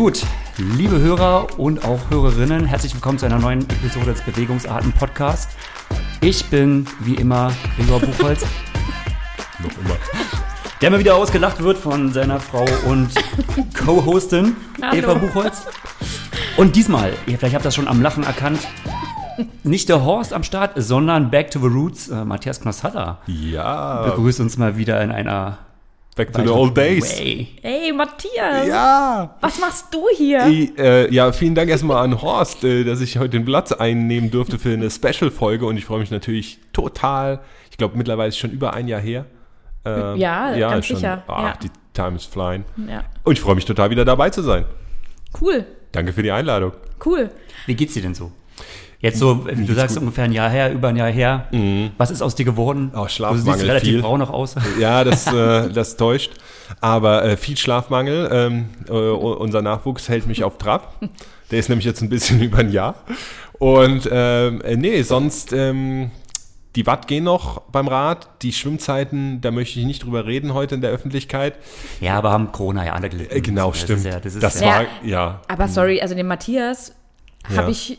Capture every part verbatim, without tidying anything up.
Gut, liebe Hörer und auch Hörerinnen, herzlich willkommen zu einer neuen Episode des Bewegungsarten-Podcast. Ich bin, wie immer, Gregor Buchholz. Noch immer. Der mal wieder ausgelacht wird von seiner Frau und Co-Hostin Eva Buchholz. Und diesmal, ihr vielleicht habt das schon am Lachen erkannt, nicht der Horst am Start, sondern Back to the Roots, äh, Matthias Knosshatter. Ja. Begrüßt uns mal wieder in einer Back to the old days. Way. Hey Matthias, Ja. was machst du hier? Ich, äh, ja, vielen Dank erstmal an Horst, äh, dass ich heute den Platz einnehmen durfte für eine Special-Folge und ich freue mich natürlich total. Ich glaube, mittlerweile ist es schon über ein Jahr her. Ähm, ja, ganz schon, sicher. Ach, Ja. die time is flying. Ja. Und ich freue mich total, wieder dabei zu sein. Cool, Danke für die Einladung. cool. Wie geht's dir denn so? Jetzt so, wie du sagst, gut. ungefähr ein Jahr her, über ein Jahr her. Mhm. Was ist aus dir geworden? Oh, Du Schlafmangel siehst relativ viel. braun noch aus. Ja, das, äh, das täuscht. Aber äh, viel Schlafmangel. Ähm, äh, unser Nachwuchs hält mich auf Trab. Der ist nämlich jetzt ein bisschen über ein Jahr. Und ähm, äh, nee, sonst, ähm, die Watt gehen noch beim Rad. Die Schwimmzeiten, da möchte ich nicht drüber reden heute in der Öffentlichkeit. Ja, aber haben Corona ja alle gelitten. Äh, genau, das stimmt. Ist ja, das ist das ja, war, Ja. ja. Aber sorry, also den Matthias Ja. habe ich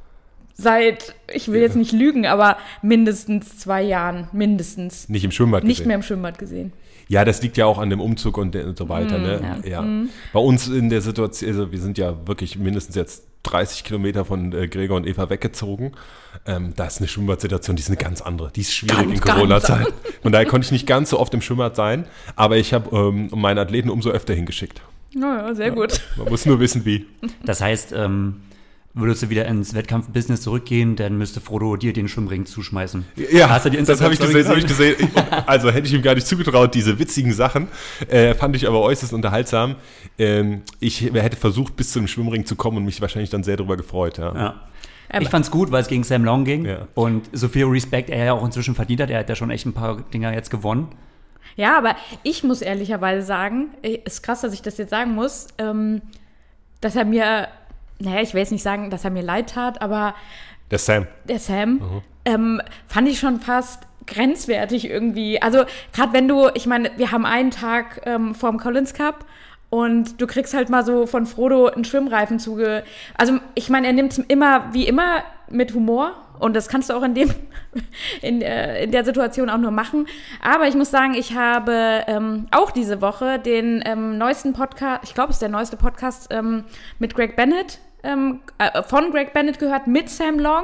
seit, ich will jetzt nicht lügen, aber mindestens zwei Jahren, mindestens, Nicht im Schwimmbad nicht gesehen. mehr im Schwimmbad gesehen. Ja, das liegt ja auch an dem Umzug und, und so weiter. ne? ja. Ja. Bei uns in der Situation, also wir sind ja wirklich mindestens jetzt dreißig Kilometer von äh, Gregor und Eva weggezogen. Ähm, da ist eine Schwimmbadsituation, die ist eine ganz andere. Die ist schwierig Ganz, in ganz Corona-Zeit. Von daher konnte ich nicht ganz so oft im Schwimmbad sein, aber ich habe ähm, meine Athleten umso öfter hingeschickt. Naja, sehr gut. Man muss nur wissen, wie. Das heißt, ähm, würdest du wieder ins Wettkampfbusiness zurückgehen, dann müsste Frodo dir den Schwimmring zuschmeißen. Ja, Hast du die das habe ich Instagram-Story gesehen, habe ich gesehen. Ich, also hätte ich ihm gar nicht zugetraut, diese witzigen Sachen. Äh, fand ich aber äußerst unterhaltsam. Ähm, ich hätte versucht, bis zum Schwimmring zu kommen und mich wahrscheinlich dann sehr darüber gefreut. Ja. Ja. Aber- Ich fand's gut, weil es gegen Sam Long ging. Ja. Und so viel Respekt er ja auch inzwischen verdient hat. Er hat ja schon echt ein paar Dinger jetzt gewonnen. Ja, aber ich muss ehrlicherweise sagen, ist krass, dass ich das jetzt sagen muss, ähm, dass er mir, naja, ich will jetzt nicht sagen, dass er mir leid tat, aber Der Sam. der Sam, ähm, fand ich schon fast grenzwertig irgendwie. Also gerade wenn du, ich meine, wir haben einen Tag ähm, vorm Collins Cup und du kriegst halt mal so von Frodo einen Schwimmreifen zuge... Also ich meine, er nimmt es immer, wie immer, mit Humor und das kannst du auch in dem in, äh, in der Situation auch nur machen. Aber ich muss sagen, ich habe ähm, auch diese Woche den ähm, neuesten Podcast, ich glaube, es ist der neueste Podcast ähm, mit Greg Bennett, ähm, äh, von Greg Bennett gehört, mit Sam Long.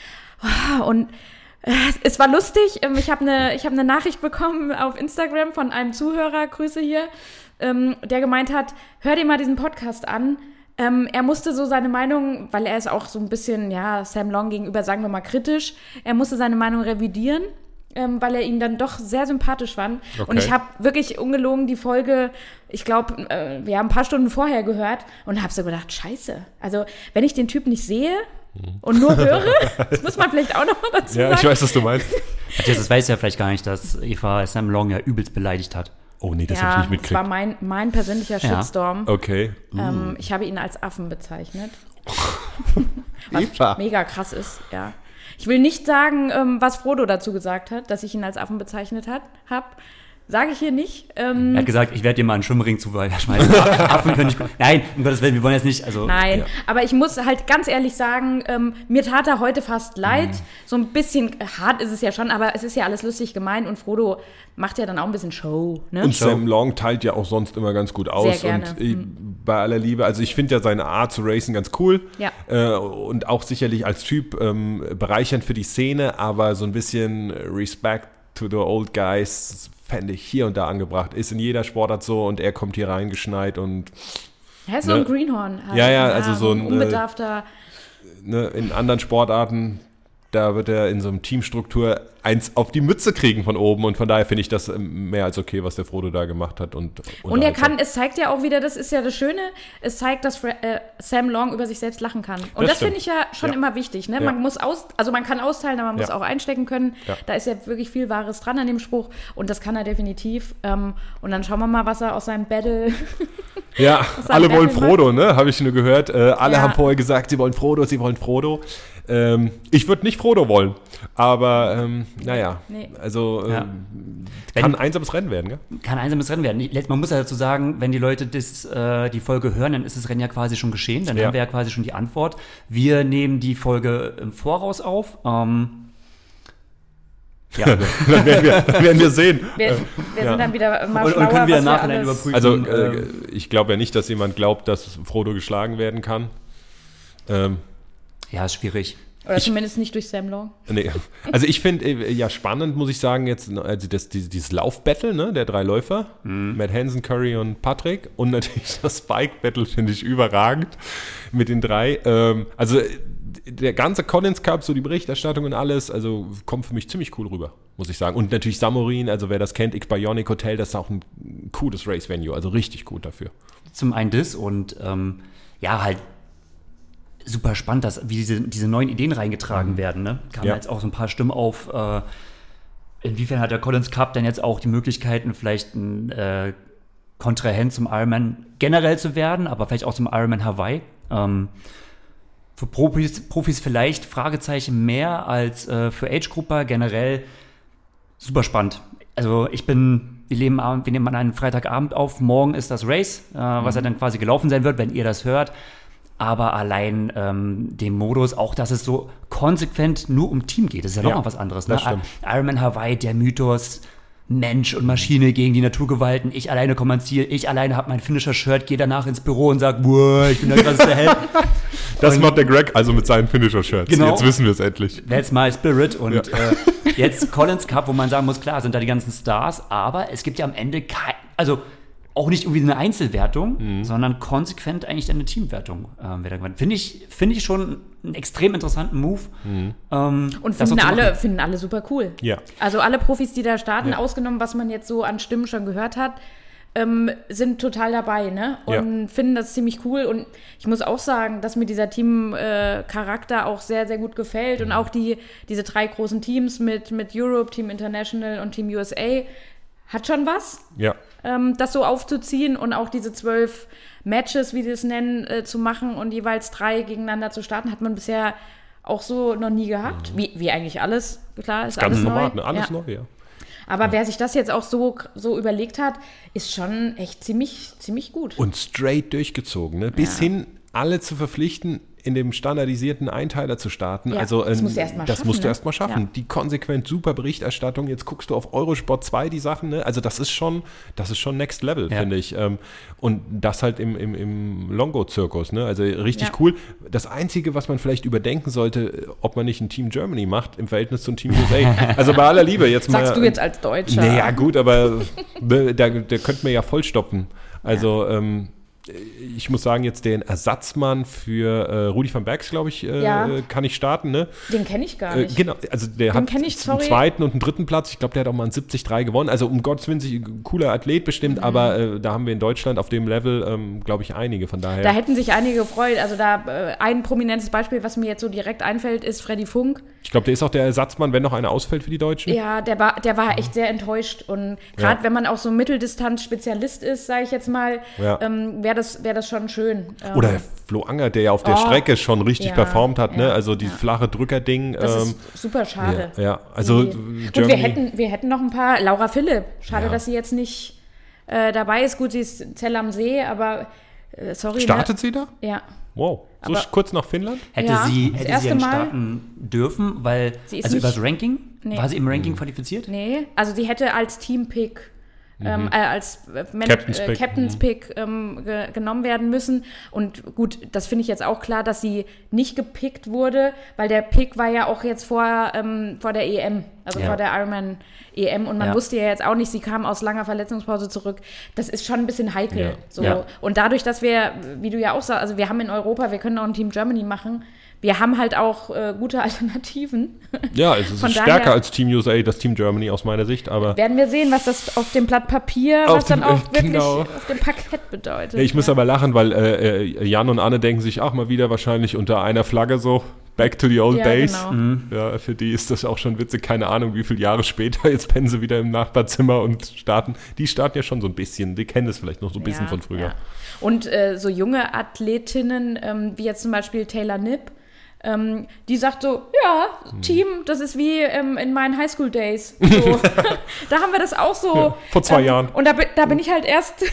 Und äh, es war lustig. Ähm, ich habe eine ich hab ne Nachricht bekommen auf Instagram von einem Zuhörer, Grüße hier, ähm, der gemeint hat, hör dir mal diesen Podcast an. Ähm, er musste so seine Meinung, weil er ist auch so ein bisschen, ja, Sam Long gegenüber, sagen wir mal, kritisch, er musste seine Meinung revidieren, ähm, weil er ihn dann doch sehr sympathisch fand. Okay. Und ich habe wirklich ungelogen die Folge, ich glaube, äh, wir haben ein paar Stunden vorher gehört und habe so gedacht, scheiße, also wenn ich den Typ nicht sehe und nur höre, das muss man vielleicht auch noch mal dazu Ja, sagen. ich weiß, was du meinst. Matthias, das weiß ja vielleicht gar nicht, dass Eva Sam Long ja übelst beleidigt hat. Oh nee, das habe Ja, ich nicht das mitgekriegt. war mein, mein persönlicher Ja. Shitstorm. Okay. Ähm, ich habe ihn als Affen bezeichnet. Eva. Mega krass ist, ja. Ich will nicht sagen, ähm, was Frodo dazu gesagt hat, dass ich ihn als Affen bezeichnet hat, habe. Sage ich hier nicht. Ähm, Er hat gesagt, ich werde dir mal einen Schwimmring zuschmeißen. Affen können nicht. Nein, um Gottes Willen, wir wollen jetzt nicht. Also, Nein, Ja. aber ich muss halt ganz ehrlich sagen, ähm, mir tat er heute fast leid. Mhm. So ein bisschen hart ist es ja schon, aber es ist ja alles lustig gemeint und Frodo macht ja dann auch ein bisschen Show. Ne? Und Sam Long teilt ja auch sonst immer ganz gut aus. Sehr gerne. Und ich, bei aller Liebe, also ich finde ja seine Art zu racen ganz cool. Ja. Äh, und auch sicherlich als Typ ähm, bereichernd für die Szene, aber so ein bisschen Respect to the old guys fände ich hier und da angebracht. Ist in jeder Sportart so und er kommt hier reingeschneit und Er ist so Ne? ein Greenhorn. Halt. Ja, ja, also so ein, äh, unbedarfter. ne, in anderen Sportarten, da wird er in so einem Teamstruktur eins auf die Mütze kriegen von oben und von daher finde ich das mehr als okay, was der Frodo da gemacht hat. Und, Und er kann, es zeigt ja auch wieder, das ist ja das Schöne, es zeigt, dass Fre äh, Sam Long über sich selbst lachen kann. Und Das das, finde stimmt. ich ja schon Ja. immer wichtig. Ne? Ja. Man muss aus, also man kann austeilen, aber man muss Ja. auch einstecken können. Ja. Da ist ja wirklich viel Wahres dran an dem Spruch und das kann er definitiv. Ähm, und dann schauen wir mal, was er aus seinem Battle. Ja, seinem alle wollen Battle Frodo, ne? Habe ich nur gehört. Äh, alle Ja. haben vorher gesagt, sie wollen Frodo, sie wollen Frodo. Ähm, ich würde nicht Frodo wollen, aber ähm, naja, Nee. also Ja. ähm, Wenn- kann ein einsames Rennen werden, gell? Kann ein einsames Rennen werden. Man muss ja dazu sagen, wenn die Leute das, äh, die Folge hören, dann ist das Rennen ja quasi schon geschehen. Dann Ja. haben wir ja quasi schon die Antwort. Wir nehmen die Folge im Voraus auf. Ähm, ja. Dann werden wir, dann werden wir sehen. Wir, wir ja. sind dann wieder mal Und, schlauer, und können wir was wir nachher alles... überprüfen. Also äh, äh, ich glaube ja nicht, dass jemand glaubt, dass Frodo geschlagen werden kann. Ähm, ja, ist schwierig. Oder zumindest nicht durch Sam Long. Nee. Also ich finde, äh, ja spannend, muss ich sagen, jetzt also das, dieses, dieses Lauf-Battle, ne, der drei Läufer, Mhm. Matt Hansen, Curry und Patrick und natürlich das Spike-Battle finde ich überragend mit den drei. Ähm, also äh, der ganze Collins Cup, so die Berichterstattung und alles, also kommt für mich ziemlich cool rüber, muss ich sagen. Und natürlich Samorin, also wer das kennt, X-Bionic Hotel, das ist auch ein cooles Race-Venue, also richtig gut dafür. Zum einen das und ähm, ja, halt super spannend, dass, wie diese, diese neuen Ideen reingetragen werden. Ne? Kamen Ja. jetzt auch so ein paar Stimmen auf. Äh, inwiefern hat der Collins Cup dann jetzt auch die Möglichkeiten, vielleicht ein äh, Kontrahent zum Ironman generell zu werden, aber vielleicht auch zum Ironman Hawaii? Ähm, für Profis, Profis vielleicht Fragezeichen mehr als äh, für Age-Grupper generell super spannend. Also ich bin, wir, leben, abend- wir nehmen an einem Freitagabend auf, morgen ist das Race, äh, was ja dann quasi gelaufen sein wird, wenn ihr das hört. Aber allein ähm, dem Modus, auch dass es so konsequent nur um Team geht, das ist ja, Ja, noch mal was anderes. Ne? das stimmt. Ironman Hawaii, der Mythos, Mensch und Maschine gegen die Naturgewalten. Ich alleine komme ans Ziel, ich alleine habe mein Finisher-Shirt, gehe danach ins Büro und sage, boah, ich bin der krasseste Held. Das Und- macht der Greg also mit seinen Finisher-Shirts. Genau. Jetzt wissen wir es endlich. That's my spirit. Und Ja. äh, jetzt Collins Cup, wo man sagen muss, klar, sind da die ganzen Stars, aber es gibt ja am Ende kein, also auch nicht irgendwie eine Einzelwertung, Mhm. sondern konsequent eigentlich eine Teamwertung. Ähm, wer da gewinnt. Finde ich, finde ich schon einen extrem interessanten Move. Mhm. Ähm, Und das so finden zu alle, machen. finden alle super cool. Ja. Also alle Profis, die da starten, Ja. ausgenommen, was man jetzt so an Stimmen schon gehört hat, ähm, sind total dabei, ne? Und Ja. finden das ziemlich cool. Und ich muss auch sagen, dass mir dieser Team-Charakter auch sehr, sehr gut gefällt. Mhm. Und auch die, diese drei großen Teams mit, mit Europe, Team International und Team U S A hat schon was, Ja. ähm, das so aufzuziehen und auch diese zwölf Matches, wie sie es nennen, äh, zu machen und jeweils drei gegeneinander zu starten, hat man bisher auch so noch nie gehabt. Wie, wie eigentlich alles, klar, ist Ganz alles normal, neu. ne? Alles ja. neu, ja. Aber wer sich das jetzt auch so, so überlegt hat, ist schon echt ziemlich, ziemlich gut. Und straight durchgezogen, ne? Bis Ja. hin, alle zu verpflichten, in dem standardisierten Einteiler zu starten. Ja, also, das ähm, musst du erst mal das schaffen, musst du ne? erst mal schaffen. Ja. Die konsequent super Berichterstattung. Jetzt guckst du auf Eurosport zwei die Sachen, ne? Also das ist schon, das ist schon Next Level, Ja. finde ich. Ähm, und das halt im, im, im Longo-Zirkus, ne? Also richtig Ja. cool. Das Einzige, was man vielleicht überdenken sollte, ob man nicht ein Team Germany macht im Verhältnis zum Team U S A. Also bei aller Liebe jetzt mal. Sagst du jetzt als Deutscher? Naja, gut, aber ne, da, da könnte man ja vollstoppen. Also, ähm, ich muss sagen, jetzt den Ersatzmann für äh, Rudi van Bergs, glaube ich, äh, Ja. kann ich starten, ne? Den kenne ich gar Äh, nicht. genau, also der Den hat kenn ich, einen sorry. zweiten und einen dritten Platz. Ich glaube, der hat auch mal einen siebzig drei gewonnen. Also um Gottes Willen, sich ein cooler Athlet bestimmt, Mhm. aber äh, da haben wir in Deutschland auf dem Level, ähm, glaube ich, einige. Von daher. Da hätten sich einige gefreut. Also da äh, ein prominentes Beispiel, was mir jetzt so direkt einfällt, ist Freddy Funk. ich glaube, der ist auch der Ersatzmann, wenn noch einer ausfällt für die Deutschen. Ja, der war, der war echt sehr enttäuscht. Und gerade Ja. wenn man auch so Mitteldistanz-Spezialist ist, sage ich jetzt mal, Ja. ähm, wäre das, wär das schon schön. Ähm, Oder Flo Anger, der ja auf der Oh. Strecke schon richtig Ja, performt hat, ne? ja, Also dieses ja. flache Drückerding. das ähm, ist super schade. ja, ja, also Die- äh, Gut, Germany, wir hätten, wir hätten noch ein paar. Laura Philipp. Schade, Ja. dass sie jetzt nicht äh, dabei ist. Gut, sie ist Zell am See, aber äh, sorry. startet sie da? Ne? Ja. Wow, so Aber- kurz nach Finnland? Hätte Ja, sie, das hätte erste sie dann Mal. starten dürfen, weil, Sie ist also nicht- übers Ranking? Nee. War sie im Mhm. Ranking qualifiziert? Nee, also sie hätte als Teampick, ähm, äh, als äh, Man Captain's äh, Pick. Captain's Pick ähm, ge genommen werden müssen. Und gut, das finde ich jetzt auch klar, dass sie nicht gepickt wurde, weil der Pick war ja auch jetzt vor, ähm, vor der E M, also Ja. vor der Ironman E M. Und man Ja. wusste ja jetzt auch nicht, sie kam aus langer Verletzungspause zurück. Das ist schon ein bisschen heikel. Ja. So. Ja. Und dadurch, dass wir, wie du ja auch sagst, also wir haben in Europa, wir können auch ein Team Germany machen, wir haben halt auch äh, gute Alternativen. Ja, es ist Von stärker daher- als Team U S A, das Team Germany aus meiner Sicht, aber Werden wir sehen, was das auf dem Blatt Papier, Auf was dann dem- auch äh, wirklich genau. auf dem Parkett bedeutet. ja, ich muss ja. aber lachen, weil äh, äh, Jan und Anne denken sich auch mal wieder wahrscheinlich unter einer Flagge so, back to the old Ja, days. genau. Mhm. Ja, für die ist das auch schon witzig, keine Ahnung, wie viele Jahre später, jetzt pennen sie wieder im Nachbarzimmer und starten. Die starten ja schon so ein bisschen, die kennen das vielleicht noch so ein bisschen Ja, von früher. ja. Und äh, so junge Athletinnen, ähm, wie jetzt zum Beispiel Taylor Nipp, ähm, die sagt so, ja, Team, das ist wie ähm, in meinen Highschool-Days. So. Da haben wir das auch so. Ja, vor zwei ähm, Jahren. Und da, da bin ich halt erst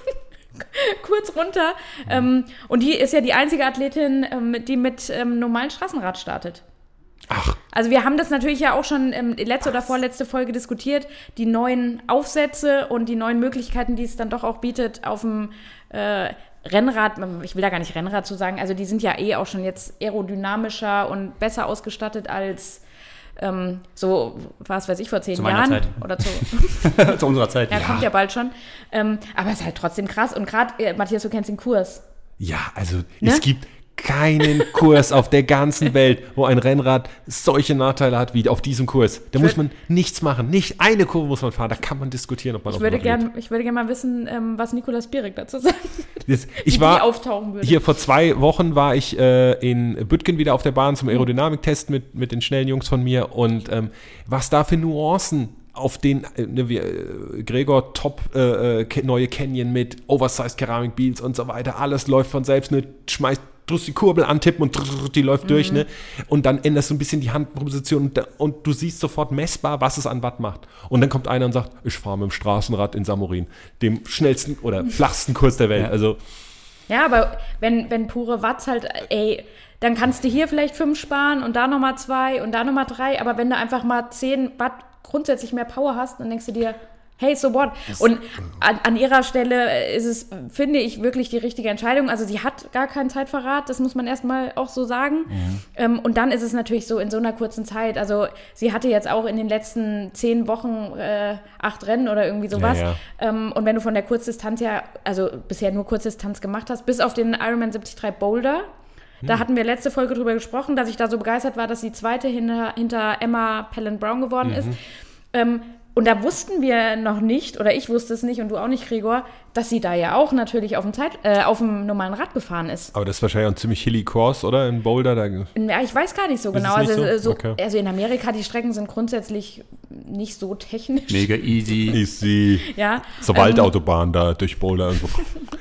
kurz runter. Ähm, und die ist ja die einzige Athletin, ähm, die mit ähm, normalen Straßenrad startet. Ach. Also wir haben das natürlich ja auch schon ähm, letzte oder vorletzte Folge diskutiert, die neuen Aufsätze und die neuen Möglichkeiten, die es dann doch auch bietet auf dem äh, Rennrad, ich will da gar nicht Rennrad zu sagen, also die sind ja eh auch schon jetzt aerodynamischer und besser ausgestattet als ähm, so, was weiß ich, vor zehn zu meiner Jahren. Zeit. Oder zu, zu unserer Zeit. ja, ja, kommt ja bald schon. Ähm, aber es ist halt trotzdem krass. Und gerade, äh, Matthias, du kennst den Kurs. Ja, also Ne? es gibt keinen Kurs auf der ganzen Welt, wo ein Rennrad solche Nachteile hat wie auf diesem Kurs. Da Ich muss würd- man nichts machen. Nicht eine Kurve muss man fahren. Da kann man diskutieren, ob man Ich auf würde dem Rad gerne ich würde gern mal wissen, ähm, was Nikolaus Bierig dazu sagt. Das, Wie ich die war auftauchen würde. hier vor zwei Wochen war ich äh, in Büttgen wieder auf der Bahn zum Aerodynamiktest mit, mit den schnellen Jungs von mir und ähm, was da für Nuancen auf den äh, ne, wir, äh, Gregor Top äh, äh, Ke- neue Canyon mit Oversized Keramik Beams und so weiter, alles läuft von selbst, ne, schmeißt drückst die Kurbel antippen und drrr, die läuft mhm. durch, ne? Und dann änderst du ein bisschen die Handposition und, da- und du siehst sofort messbar, was es an Watt macht. Und dann kommt einer und sagt, ich fahre mit dem Straßenrad in Samorin, dem schnellsten oder flachsten Kurs der Welt. Ja. Also Ja, aber wenn, wenn pure Watts halt, ey, dann kannst du hier vielleicht fünf sparen und da nochmal zwei und da nochmal drei, aber wenn du einfach mal zehn Watt grundsätzlich mehr Power hast, dann denkst du dir, hey, so what? Und an, an ihrer Stelle ist es, finde ich, wirklich die richtige Entscheidung. Also sie hat gar keinen Zeitverrat, das muss man erstmal auch so sagen. Mhm. Ähm, und dann ist es natürlich so in so einer kurzen Zeit. Also sie hatte jetzt auch in den letzten zehn Wochen äh, acht Rennen oder irgendwie sowas. Ja, ja. Ähm, und wenn du von der Kurzdistanz ja, also bisher nur Kurzdistanz gemacht hast, bis auf den Ironman siebzig drei Boulder, da hatten wir letzte Folge drüber gesprochen, dass ich da so begeistert war, dass sie Zweite hinter, hinter Emma Pellant-Brown geworden Mhm. ist. Ähm, und da wussten wir noch nicht, oder ich wusste es nicht und du auch nicht, Gregor, dass sie da ja auch natürlich auf dem, Zeit, äh, auf dem normalen Rad gefahren ist. aber das ist wahrscheinlich auch ein ziemlich hilly Course, oder? In Boulder. Da, Ja, ich weiß gar nicht so Ist es genau. nicht Also, so? so, Okay. also in Amerika, die Strecken sind grundsätzlich nicht so technisch. Mega easy. ist die Ja, so ähm, Waldautobahn da durch Boulder. Und so.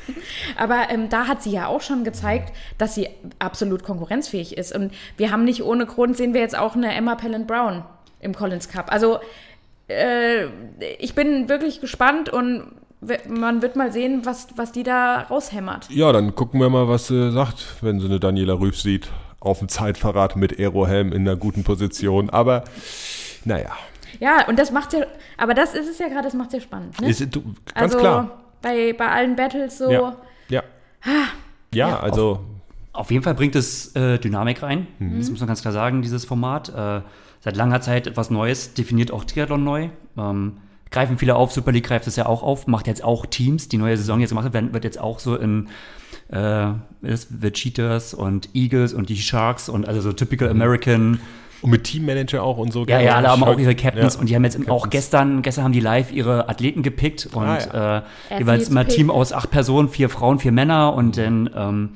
Aber ähm, da hat sie ja auch schon gezeigt, dass sie absolut konkurrenzfähig ist. Und wir haben nicht ohne Grund, sehen wir jetzt auch eine Emma Pellant-Brown im Collins Cup. Also äh, ich bin wirklich gespannt und w- man wird mal sehen, was, was die da raushämmert. Ja, dann gucken wir mal, was sie sagt, wenn sie eine Daniela Rüff sieht. Auf dem Zeitverrat mit Aerohelm in einer guten Position. Aber naja, Ja, und das macht ja, aber das ist es ja gerade, das macht ja spannend. Ne? ist, du, ganz also klar. Bei, bei allen Battles so. Ja, ja. Ja, also Auf jeden Fall bringt es äh, Dynamik rein. Mhm. Das muss man ganz klar sagen, dieses Format. Äh, seit langer Zeit etwas Neues, definiert auch Triathlon neu. Ähm, greifen viele auf, Super League greift es ja auch auf, macht jetzt auch Teams. Die neue Saison jetzt gemacht wird, wird jetzt auch so in äh, es wird Cheaters und Eagles und die Sharks und also so typical American. und mit Teammanager auch und so. Ja, ja, alle haben auch ihre Captains Ja. und die haben jetzt Captains. auch gestern, gestern haben die live ihre Athleten gepickt und Ah, äh, jeweils immer Athletes Team pick. aus acht Personen, vier Frauen, vier Männer und dann, ähm,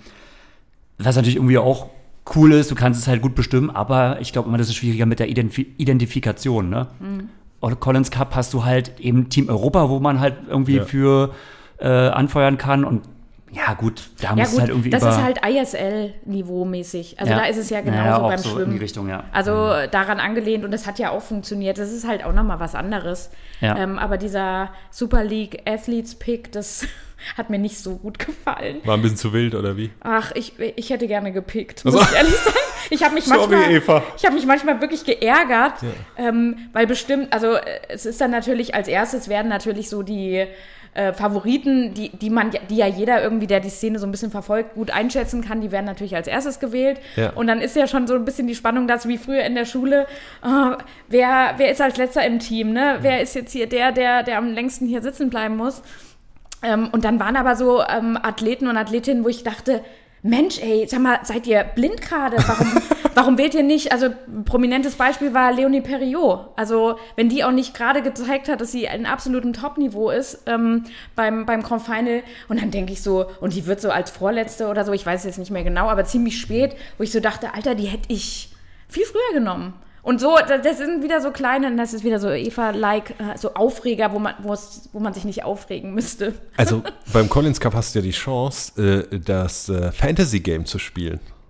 was natürlich irgendwie auch cool ist, du kannst es halt gut bestimmen, aber ich glaube immer, das ist schwieriger mit der Identif- Identifikation, ne? Mhm. Oder Collins Cup hast du halt eben Team Europa, wo man halt irgendwie Ja. für äh, anfeuern kann und ja gut, da Ja muss es gut, halt irgendwie das über... ist halt I S L-Niveau-mäßig. Also Ja. da ist es ja genauso Naja, auch beim so Schwimmen. in die Richtung, ja. Also daran angelehnt und das hat ja auch funktioniert. Das ist halt auch nochmal was anderes. Ja. Ähm, aber dieser Super League Athletes Pick, das hat mir nicht so gut gefallen. War ein bisschen zu wild, oder wie? Ach, ich, ich hätte gerne gepickt, muss Also- ich ehrlich sagen. Ich habe mich, Sorry, manchmal- Eva. ich hab mich manchmal wirklich geärgert, ähm, weil bestimmt, also äh, es ist dann natürlich, als erstes werden natürlich so die äh, Favoriten, die, die man, ja- die ja jeder irgendwie, der die Szene so ein bisschen verfolgt, gut einschätzen kann, die werden natürlich als erstes gewählt. Ja. Und dann ist ja schon so ein bisschen die Spannung, dass wie früher in der Schule, äh, wer, wer ist als letzter im Team, ne? Wer ist jetzt hier der, der, der am längsten hier sitzen bleiben muss? Ähm, und dann waren aber so ähm, Athleten und Athletinnen, wo ich dachte, Mensch, ey, sag mal, seid ihr blind gerade? Warum, warum wählt ihr nicht? Also ein prominentes Beispiel war Leonie Perriot. Also wenn die auch nicht gerade gezeigt hat, dass sie ein absolutem Top-Niveau ist ähm, beim, beim Grand Final. Und dann denke ich so, und die wird so als Vorletzte oder so, ich weiß jetzt nicht mehr genau, aber ziemlich spät, wo ich so dachte, Alter, die hätte ich viel früher genommen. Und so, das das sind wieder so kleine, und das ist wieder so Eva-like, äh, so Aufreger, wo man, wo es, wo man sich nicht aufregen müsste. Also beim Collins Cup hast du ja die Chance, äh, das äh, Fantasy-Game zu spielen.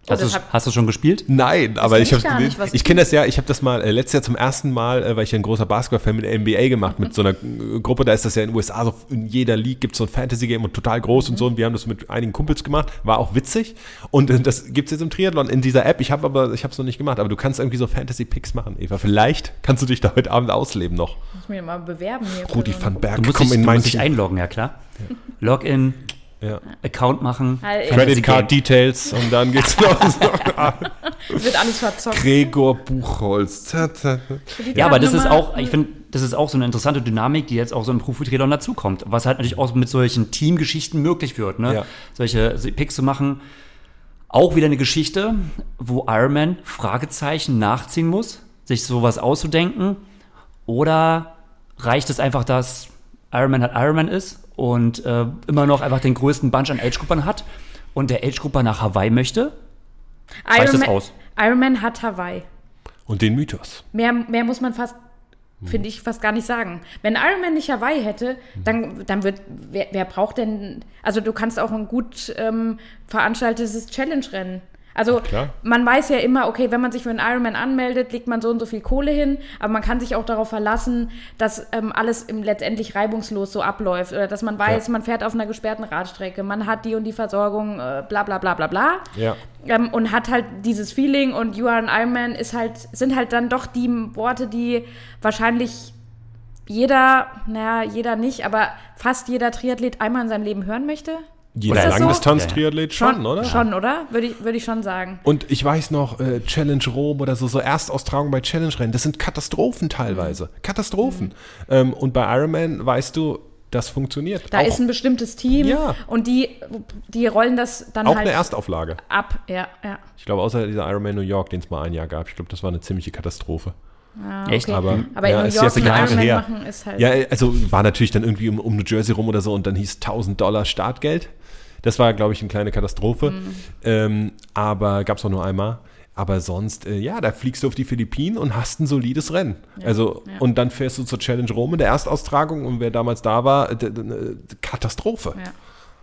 Hast du hast du schon gespielt? Nein, aber ich kenn ich habe gar nicht, was ich kenne das ja, ich habe das mal äh, letztes Jahr zum ersten Mal, äh, weil ich ja ein großer Basketball-Fan mit der N B A gemacht, mit so einer äh, Gruppe, da ist das ja in den U S A, so in jeder League gibt es so ein Fantasy-Game und total groß mhm. und so und wir haben das mit einigen Kumpels gemacht, war auch witzig und äh, das gibt es jetzt im Triathlon in dieser App, ich habe aber, ich habe es noch nicht gemacht, aber du kannst irgendwie so Fantasy-Picks machen, Eva, vielleicht kannst du dich da heute Abend ausleben noch. Muss ich mir mal bewerben hier. Rudi van Berg, Du musst komm dich, in du mein musst dich Team. einloggen, ja klar. Ja. Login, Ja. Account machen, Halt, Credit Card Details und dann geht's los. Es wird alles verzockt. Gregor Buchholz. Ja, aber das ist auch, ich finde, das ist auch so eine interessante Dynamik, die jetzt auch so im Profi-Triathlon dazukommt, was halt natürlich auch mit solchen Teamgeschichten möglich wird, ne? Ja. Solche Picks zu machen. Auch wieder eine Geschichte, wo Ironman Fragezeichen nachziehen muss, sich sowas auszudenken, oder reicht es einfach, dass Ironman halt Ironman ist und äh, immer noch einfach den größten Bunch an Age-Gruppern hat und der Age-Grupper nach Hawaii möchte? Reicht das aus? Ironman hat Hawaii. Und den Mythos. Mehr, mehr muss man fast, finde ich, fast gar nicht sagen. Wenn Ironman nicht Hawaii hätte, dann, dann wird, wer, wer braucht denn, also du kannst auch ein gut ähm, veranstaltetes Challenge-Rennen. Also Klar. man weiß ja immer, okay, wenn man sich für einen Ironman anmeldet, legt man so und so viel Kohle hin, aber man kann sich auch darauf verlassen, dass ähm, alles im, letztendlich reibungslos so abläuft oder dass man weiß, Ja. man fährt auf einer gesperrten Radstrecke, man hat die und die Versorgung, äh, bla bla bla bla bla. Ja. Ähm, und hat halt dieses Feeling und You are an Ironman ist halt, sind halt dann doch die Worte, die wahrscheinlich jeder, naja, jeder nicht, aber fast jeder Triathlet einmal in seinem Leben hören möchte. Jeder Ist das so? Langdistanz-Triathlet schon, oder? Schon, oder? Würde ich, würde ich schon sagen. Und ich weiß noch, äh, Challenge Rom oder so, so Erstaustragung bei Challenge-Rennen, das sind Katastrophen teilweise. Mhm. Katastrophen. Mhm. Ähm, und bei Ironman weißt du, das funktioniert. Da auch, ist ein bestimmtes Team Ja. und die, die rollen das dann auch halt eine Erstauflage. ab. Ja, ja. Ich glaube, außer dieser Ironman New York, den es mal ein Jahr gab, ich glaube, das war eine ziemliche Katastrophe. Ah, Echt? okay. Aber, Aber ja, in New ist York jetzt einen Jahre Ironman her. machen ist halt... Ja, also war natürlich dann irgendwie um, um New Jersey rum oder so und dann hieß tausend Dollar Startgeld. Das war, glaube ich, eine kleine Katastrophe. Mhm. Ähm, aber gab es auch nur einmal. Aber sonst, äh, ja, da fliegst du auf die Philippinen und hast ein solides Rennen. Ja, also, ja. und dann fährst du zur Challenge Rom in der Erstaustragung und wer damals da war, d- d- d- Katastrophe. Ja.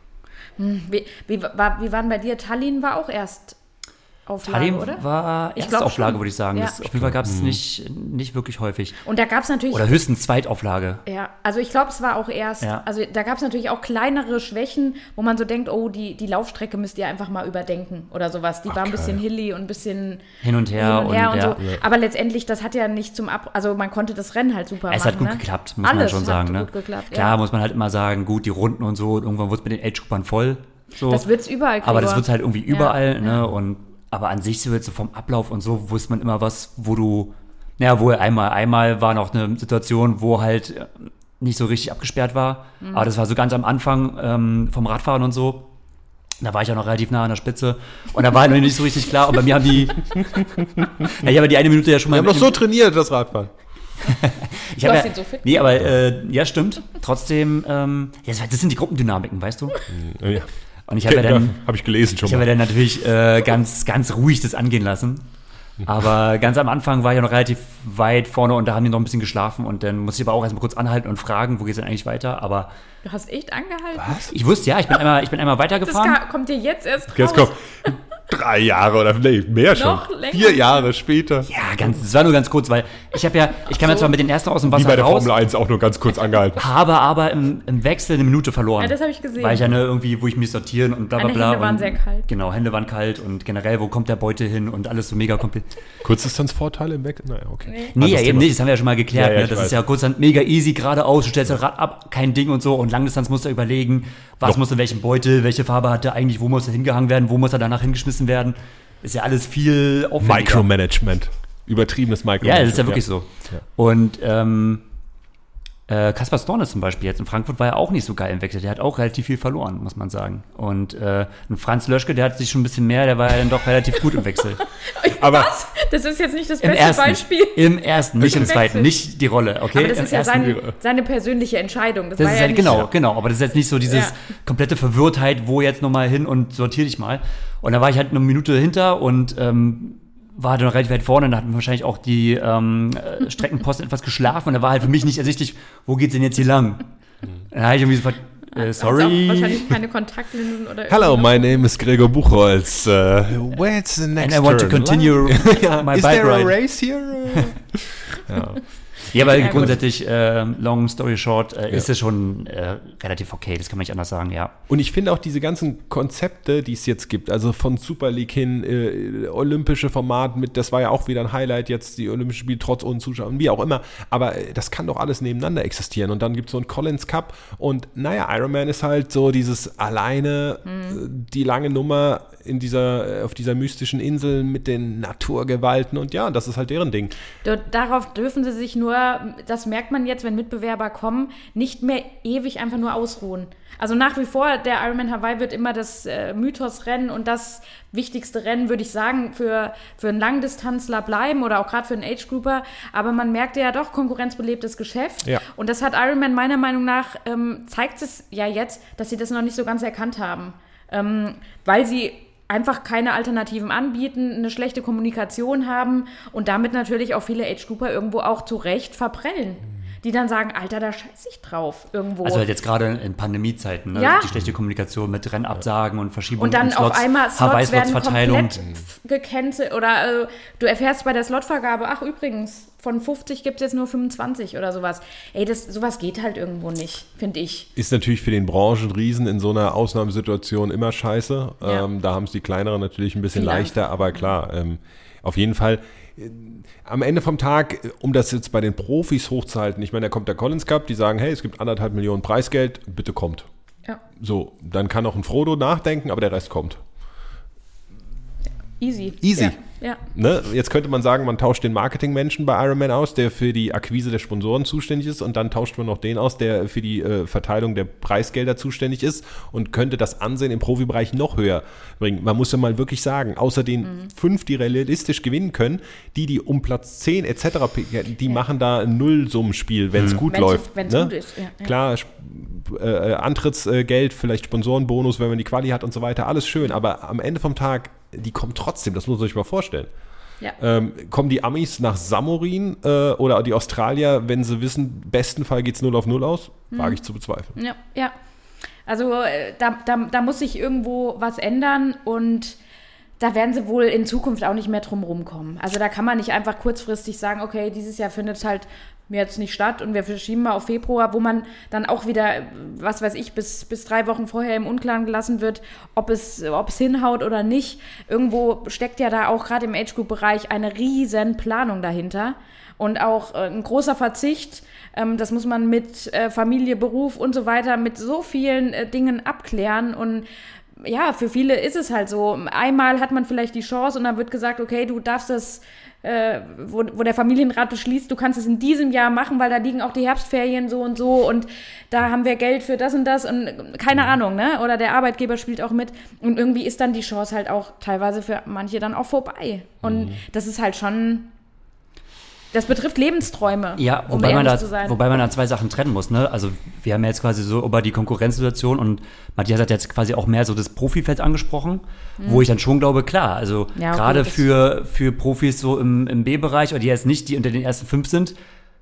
Hm, wie, wie, war, wie waren bei dir? Tallinn war auch erst Auflage, Tallinn oder? war Ich glaub Erstauflage, schon. würde ich sagen. Ja. Das, auf jeden Fall gab es nicht, nicht wirklich häufig. Und da gab es natürlich... Oder höchstens Zweitauflage. Ja, also ich glaube, es war auch erst, Ja. also da gab es natürlich auch kleinere Schwächen, wo man so denkt, oh, die, die Laufstrecke müsst ihr einfach mal überdenken oder sowas. Die war ein Okay. bisschen hilly und ein bisschen Hin und her hin und, her und, und, ja. so. Aber letztendlich, das hat ja nicht zum Ab... Also man konnte das Rennen halt super Es machen. hat gut ne? geklappt, muss man Alles schon sagen. hat Ne? gut geklappt, Klar, ja. muss man halt immer sagen, gut, die Runden und so, und irgendwann wird es mit den Age-Gruppern voll. So. Das wird's überall, Aber das Gregor. wird halt irgendwie überall, Ja, ne? ja. Und, aber an sich so jetzt so vom Ablauf und so wusste man immer was, wo du, naja, wo einmal, einmal war noch eine Situation, wo halt äh, nicht so richtig abgesperrt war. Mhm. Aber das war so ganz am Anfang ähm, vom Radfahren und so. Da war ich auch noch relativ nah an der Spitze. Und da war halt noch nicht so richtig klar. Und bei mir haben die, ja, ich habe die eine Minute ja schon mal. Wir haben doch so trainiert, das Radfahren. Ich Du hab hast ja, ihn so fit nee, aber äh, ja, stimmt. Trotzdem, ähm, ja, das sind die Gruppendynamiken, weißt du? Ja. Und ich habe ja Ja, dann, habe ich gelesen schon ich habe mal. ja dann natürlich äh, ganz, ganz ruhig das angehen lassen. Aber ganz am Anfang war ich ja noch relativ weit vorne und da haben die noch ein bisschen geschlafen und dann musste ich aber auch erstmal kurz anhalten und fragen, wo geht's denn eigentlich weiter? Aber Du hast echt angehalten? Was? ich wusste ja, ich bin einmal, ich bin einmal Das weitergefahren. ka- kommt dir jetzt erst raus. Jetzt kommt drei Jahre oder nee, mehr schon. Noch länger. Vier Jahre später. Ja, ganz, das war nur ganz kurz, weil ich habe ja, ich kam ja So. zwar mit den ersten aus dem Wie Wasser bei der raus, Formel eins auch nur ganz kurz angehalten. habe aber im, im Wechsel eine Minute verloren. Ja, das habe ich gesehen. Weil ich ja ne, irgendwie, wo ich mich sortieren und bla bla Deine bla. Hände waren und, sehr kalt. Genau, Hände waren kalt und generell, wo kommt der Beutel hin und alles so mega kompliziert. Kurzdistanzvorteile im Wechsel? Naja, okay. Nee. Nee, Anderes ja, eben Thema. nicht, das haben wir ja schon mal geklärt. Ja, ja, ne? ich Das weiß. ist ja kurzhand mega easy, geradeaus, du stellst das Rad ab, kein Ding und so. Und Langdistanz musst du überlegen, was Doch. muss in welchem Beutel, welche Farbe hat er eigentlich, wo muss er hingehangen werden, wo muss er danach hingeschmissen werden. Ist ja alles viel aufwendiger. Micromanagement. Übertriebenes Ja, Micromanagement. das ist ja wirklich so. Ja. Und ähm, äh, Kaspar Stornes zum Beispiel jetzt in Frankfurt war ja auch nicht so geil im Wechsel. Der hat auch relativ viel verloren, muss man sagen. Und äh, ein Franz Löschke, der hat sich schon ein bisschen mehr, der war ja dann doch relativ gut im Wechsel. Aber- Was? Das ist jetzt nicht das Im beste ersten, Beispiel. Im ersten, nicht im Im zweiten, Wechsel. nicht die Rolle, okay? Aber das Im ist ja ersten- sein, seine persönliche Entscheidung. Das, Das war ist ja halt, nicht, genau, genau. Aber das ist jetzt nicht so dieses Ja. komplette Verwirrtheit, wo jetzt nochmal hin und sortier dich mal. Und da war ich halt eine Minute hinter und ähm, war dann relativ weit vorne. Da hatten wahrscheinlich auch die ähm, äh, Streckenposten etwas geschlafen. Und da war halt für mich nicht ersichtlich, wo geht's denn jetzt hier lang? Dann habe ich irgendwie so Äh, sorry. Auch wahrscheinlich keine Kontaktlinsen oder Hello, my name is Gregor Buchholz. Uh, where's the next And I want to turn? continue ja, my is bike there a ride. race here? ja. Ja, aber Ja, grundsätzlich, äh, long story short, äh, Ja. ist es schon äh, relativ okay, das kann man nicht anders sagen, ja. Und ich finde auch diese ganzen Konzepte, die es jetzt gibt, also von Super League hin, äh, olympische Format mit, das war ja auch wieder ein Highlight jetzt, die Olympischen Spiele trotz ohne Zuschauer, wie auch immer, aber äh, das kann doch alles nebeneinander existieren und dann gibt es so einen Collins Cup und naja, Ironman ist halt so dieses alleine, mhm. äh, die lange Nummer in dieser, auf dieser mystischen Insel mit den Naturgewalten und ja, das ist halt deren Ding. Darauf dürfen sie sich nur, das merkt man jetzt, wenn Mitbewerber kommen, nicht mehr ewig einfach nur ausruhen. Also nach wie vor, der Ironman Hawaii wird immer das äh, Mythosrennen und das wichtigste Rennen, würde ich sagen, für, für einen Langdistanzler bleiben oder auch gerade für einen Age-Grouper. Aber man merkt ja doch, konkurrenzbelebtes Geschäft. Ja. Und das hat Ironman meiner Meinung nach, ähm, zeigt es ja jetzt, dass sie das noch nicht so ganz erkannt haben. Ähm, weil sie einfach keine Alternativen anbieten, eine schlechte Kommunikation haben und damit natürlich auch viele Age-Grouper irgendwo auch zu Recht verprellen. Die dann sagen, Alter, da scheiß ich drauf irgendwo. Also halt jetzt gerade in Pandemiezeiten, ne? Ja. Die schlechte Kommunikation mit Rennabsagen und Verschiebungen und dann Slots, auf einmal Slots werden Hawaii-Slots-Verteilung. komplett gecancelt oder also, du erfährst bei der Slotvergabe, ach übrigens, von fünfzig gibt es jetzt nur fünfundzwanzig oder sowas. Ey, das, sowas geht halt irgendwo nicht, finde ich. Ist natürlich für den Branchenriesen in so einer Ausnahmesituation immer scheiße. Ja. Ähm, da haben es die kleineren natürlich ein bisschen Viel leichter, einfacher. aber klar, ähm, auf jeden Fall. äh, Am Ende vom Tag, äh, um das jetzt bei den Profis hochzuhalten, ich meine, da kommt der Collins Cup, die sagen, hey, es gibt anderthalb Millionen Preisgeld, bitte kommt. Ja, So, dann kann auch ein Frodo nachdenken, aber der Rest kommt. easy. Easy. Ja. Ja. Ne? Jetzt könnte man sagen, man tauscht den Marketingmenschen bei Ironman aus, der für die Akquise der Sponsoren zuständig ist und dann tauscht man noch den aus, der für die äh, Verteilung der Preisgelder zuständig ist und könnte das Ansehen im Profibereich noch höher bringen. Man muss ja mal wirklich sagen, außer den mhm. fünf, die realistisch gewinnen können, die, die um Platz zehn et cetera, die ja. machen da ein Nullsummenspiel, wenn es mhm. gut wenn's, läuft. Wenn es ne? gut ist, ja. ja. Klar, äh, Antrittsgeld, vielleicht Sponsorenbonus, wenn man die Quali hat und so weiter, alles schön, aber am Ende vom Tag, die kommen trotzdem, das muss man sich mal vorstellen. Ja. Ähm, kommen die Amis nach Samorin äh, oder die Australier, wenn sie wissen, im besten Fall geht es null auf null aus? Wage hm. ich zu bezweifeln. Ja, ja. Also äh, da, da, da muss sich irgendwo was ändern und da werden sie wohl in Zukunft auch nicht mehr drum rumkommen. Also da kann man nicht einfach kurzfristig sagen, okay, dieses Jahr findet es halt jetzt nicht statt und wir verschieben mal auf Februar, wo man dann auch wieder, was weiß ich, bis, bis drei Wochen vorher im Unklaren gelassen wird, ob es, ob es hinhaut oder nicht. Irgendwo steckt ja da auch gerade im Age-Group-Bereich eine riesen Planung dahinter und auch äh, ein großer Verzicht. Ähm, das muss man mit äh, Familie, Beruf und so weiter, mit so vielen äh, Dingen abklären und ja, für viele ist es halt so. Einmal hat man vielleicht die Chance und dann wird gesagt, okay, du darfst das, äh, wo, wo der Familienrat beschließt, du kannst es in diesem Jahr machen, weil da liegen auch die Herbstferien so und so und da haben wir Geld für das und das und keine Ahnung, ne? Oder der Arbeitgeber spielt auch mit und irgendwie ist dann die Chance halt auch teilweise für manche dann auch vorbei. Und mhm. das ist halt schon... Das betrifft Lebensträume, ja, um wobei, man ehrlich da, zu sein. wobei man da zwei Sachen trennen muss. Ne? Also wir haben jetzt quasi so über die Konkurrenzsituation und Matthias hat jetzt quasi auch mehr so das Profifeld angesprochen, mhm. wo ich dann schon glaube, klar, also ja, okay, gerade für, für Profis so im, im B-Bereich oder die jetzt nicht, die unter den ersten fünf sind,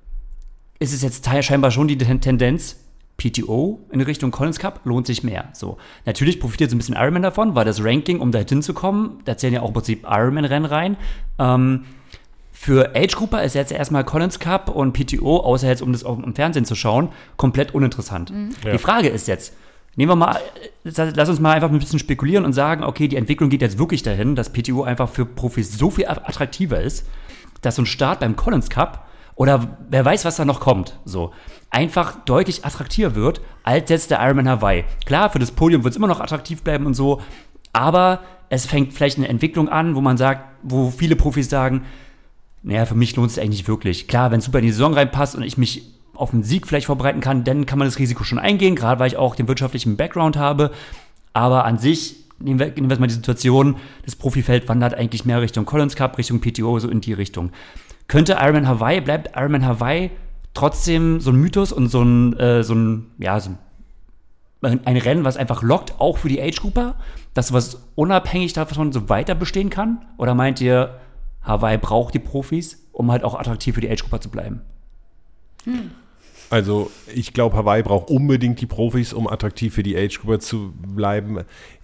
ist es jetzt scheinbar schon die Tendenz, P T O in Richtung Collins Cup lohnt sich mehr. So. Natürlich profitiert so ein bisschen Ironman davon, weil das Ranking, um da hinzukommen, da zählen ja auch im Prinzip Ironman-Rennen rein. Ähm, Für Age-Grouper ist jetzt erstmal Collins Cup und P T O, außer jetzt, um das auch im Fernsehen zu schauen, komplett uninteressant. Mhm. Ja. Die Frage ist jetzt, nehmen wir mal, lass uns mal einfach ein bisschen spekulieren und sagen, okay, die Entwicklung geht jetzt wirklich dahin, dass P T O einfach für Profis so viel attraktiver ist, dass so ein Start beim Collins Cup oder wer weiß, was da noch kommt, so einfach deutlich attraktiver wird als jetzt der Ironman Hawaii. Klar, für das Podium wird es immer noch attraktiv bleiben und so, aber es fängt vielleicht eine Entwicklung an, wo man sagt, wo viele Profis sagen, naja, für mich lohnt es eigentlich nicht wirklich. Klar, wenn es super in die Saison reinpasst und ich mich auf einen Sieg vielleicht vorbereiten kann, dann kann man das Risiko schon eingehen, gerade weil ich auch den wirtschaftlichen Background habe. Aber an sich, nehmen wir, nehmen wir jetzt mal die Situation, das Profifeld wandert eigentlich mehr Richtung Collins Cup, Richtung P T O, so in die Richtung. Könnte Ironman Hawaii, bleibt Ironman Hawaii trotzdem so ein Mythos und so ein, äh, so ein, ja, so ein, ein Rennen, was einfach lockt, auch für die Age-Grouper, dass was unabhängig davon so weiter bestehen kann? Oder meint ihr, Hawaii braucht die Profis, um halt auch attraktiv für die Age-Grupper zu bleiben? Hm. Also ich glaube, Hawaii braucht unbedingt die Profis, um attraktiv für die Age-Gruppe zu bleiben.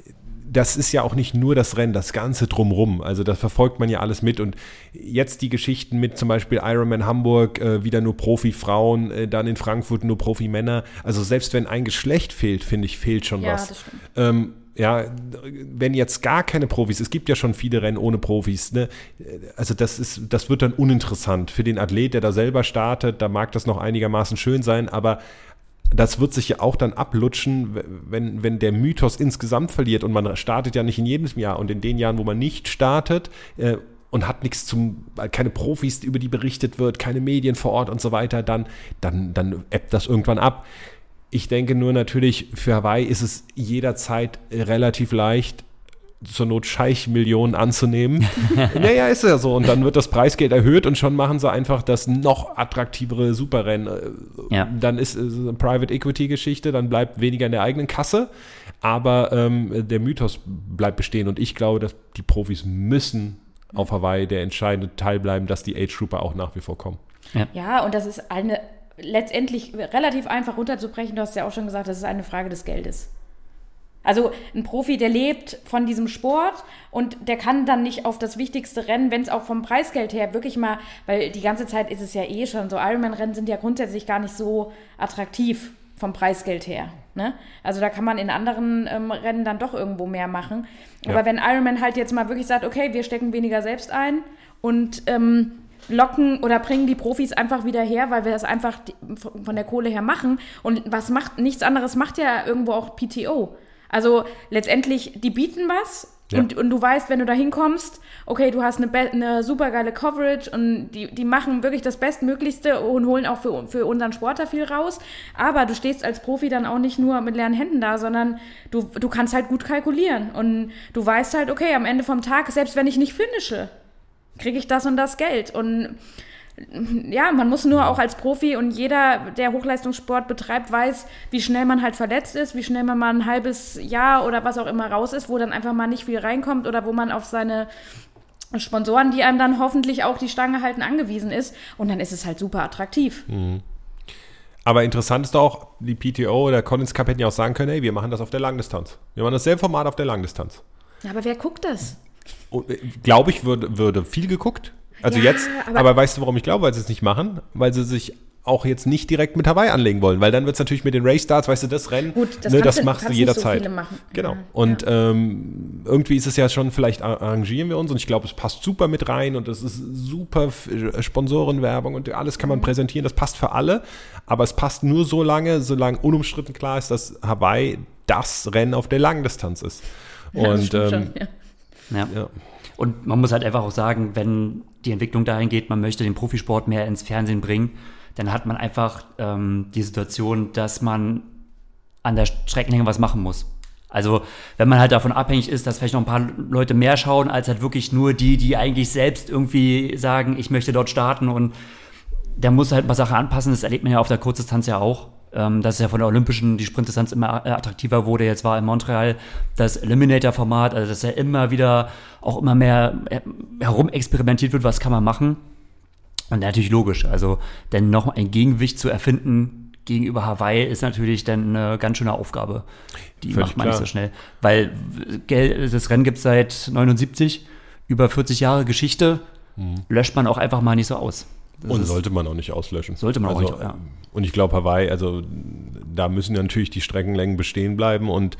Das ist ja auch nicht nur das Rennen, das Ganze drumrum. Also das verfolgt man ja alles mit. Und jetzt die Geschichten mit zum Beispiel Ironman Hamburg, äh, wieder nur Profi-Frauen, äh, dann in Frankfurt nur Profi-Männer. Also selbst wenn ein Geschlecht fehlt, finde ich, fehlt schon ja, was. Das stimmt. Ähm, ja, wenn jetzt gar keine Profis, es gibt ja schon viele Rennen ohne Profis, ne? Also das ist, das wird dann uninteressant. Für den Athlet, der da selber startet, da mag das noch einigermaßen schön sein, aber das wird sich ja auch dann ablutschen, wenn, wenn der Mythos insgesamt verliert und man startet ja nicht in jedem Jahr und in den Jahren, wo man nicht startet äh, und hat nichts zum, keine Profis, über die berichtet wird, keine Medien vor Ort und so weiter, dann, dann, dann ebbt das irgendwann ab. Ich denke nur natürlich, für Hawaii ist es jederzeit relativ leicht, zur Not Scheich-Millionen anzunehmen. Naja, ist ja so. Und dann wird das Preisgeld erhöht und schon machen sie einfach das noch attraktivere Superrennen. Ja. Dann ist es eine Private-Equity-Geschichte, dann bleibt weniger in der eigenen Kasse, aber ähm, der Mythos bleibt bestehen. Und ich glaube, dass die Profis müssen auf Hawaii der entscheidende Teil bleiben, dass die Age-Trooper auch nach wie vor kommen. Ja, ja, und das ist eine letztendlich relativ einfach runterzubrechen. Du hast ja auch schon gesagt, das ist eine Frage des Geldes. Also ein Profi, der lebt von diesem Sport und der kann dann nicht auf das wichtigste Rennen, wenn es auch vom Preisgeld her wirklich mal, weil die ganze Zeit ist es ja eh schon so, Ironman-Rennen sind ja grundsätzlich gar nicht so attraktiv vom Preisgeld her. Ne? Also da kann man in anderen ähm, Rennen dann doch irgendwo mehr machen. Aber ja. Wenn Ironman halt jetzt mal wirklich sagt, okay, wir stecken weniger selbst ein und ähm, locken oder bringen die Profis einfach wieder her, weil wir das einfach die, von der Kohle her machen. Und was macht, nichts anderes macht ja irgendwo auch P T O. Also letztendlich, die bieten was ja. und, und du weißt, wenn du da hinkommst, okay, du hast eine, be- eine super geile Coverage und die, die machen wirklich das Bestmöglichste und holen auch für, für unseren Sport da viel raus. Aber du stehst als Profi dann auch nicht nur mit leeren Händen da, sondern du, du kannst halt gut kalkulieren. Und du weißt halt, okay, am Ende vom Tag, selbst wenn ich nicht finische, kriege ich das und das Geld. Und ja, man muss nur auch als Profi und jeder, der Hochleistungssport betreibt, weiß, wie schnell man halt verletzt ist, wie schnell man mal ein halbes Jahr oder was auch immer raus ist, wo dann einfach mal nicht viel reinkommt oder wo man auf seine Sponsoren, die einem dann hoffentlich auch die Stange halten, angewiesen ist. Und dann ist es halt super attraktiv. Mhm. Aber interessant ist auch, die P T O oder Collins Cup hätten ja auch sagen können, hey, wir machen das auf der Langdistanz. Wir machen dasselbe Format auf der Langdistanz. Aber wer guckt das? Glaube ich, würde, würde viel geguckt. Also ja, jetzt, aber, aber weißt du, warum ich glaube, weil sie es nicht machen? Weil sie sich auch jetzt nicht direkt mit Hawaii anlegen wollen, weil dann wird es natürlich mit den Race Starts, weißt du, das Rennen, Gut, das, ne, das du, machst du jederzeit. So viele machen. Genau. Ja, und ja. Ähm, irgendwie ist es ja schon, vielleicht arrangieren wir uns und ich glaube, es passt super mit rein und es ist super Sponsorenwerbung und alles kann man mhm. präsentieren, das passt für alle, aber es passt nur so lange, solange unumstritten klar ist, dass Hawaii das Rennen auf der Langdistanz ist. Ja, und das ähm, schon, ja. Ja. ja. Und man muss halt einfach auch sagen, wenn die Entwicklung dahin geht, man möchte den Profisport mehr ins Fernsehen bringen, dann hat man einfach ähm, die Situation, dass man an der Streckenlänge was machen muss. Also wenn man halt davon abhängig ist, dass vielleicht noch ein paar Leute mehr schauen, als halt wirklich nur die, die eigentlich selbst irgendwie sagen, ich möchte dort starten und der muss halt mal Sachen anpassen. Das erlebt man ja auf der Kurzdistanz ja auch. Ähm, dass es ja von der Olympischen die Sprintdistanz immer attraktiver wurde. Jetzt war in Montreal das Eliminator-Format, also dass ja immer wieder auch immer mehr herumexperimentiert wird, was kann man machen. Und natürlich logisch, also denn noch ein Gegengewicht zu erfinden gegenüber Hawaii ist natürlich dann eine ganz schöne Aufgabe. Die Völlig macht man klar. nicht so schnell. Weil das Rennen gibt es seit neunundsiebzig, über vierzig Jahre Geschichte, mhm. löscht man auch einfach mal nicht so aus. Das und ist, sollte man auch nicht auslöschen. Sollte man also, auch nicht, ja. Und ich glaube, Hawaii, also da müssen natürlich die Streckenlängen bestehen bleiben und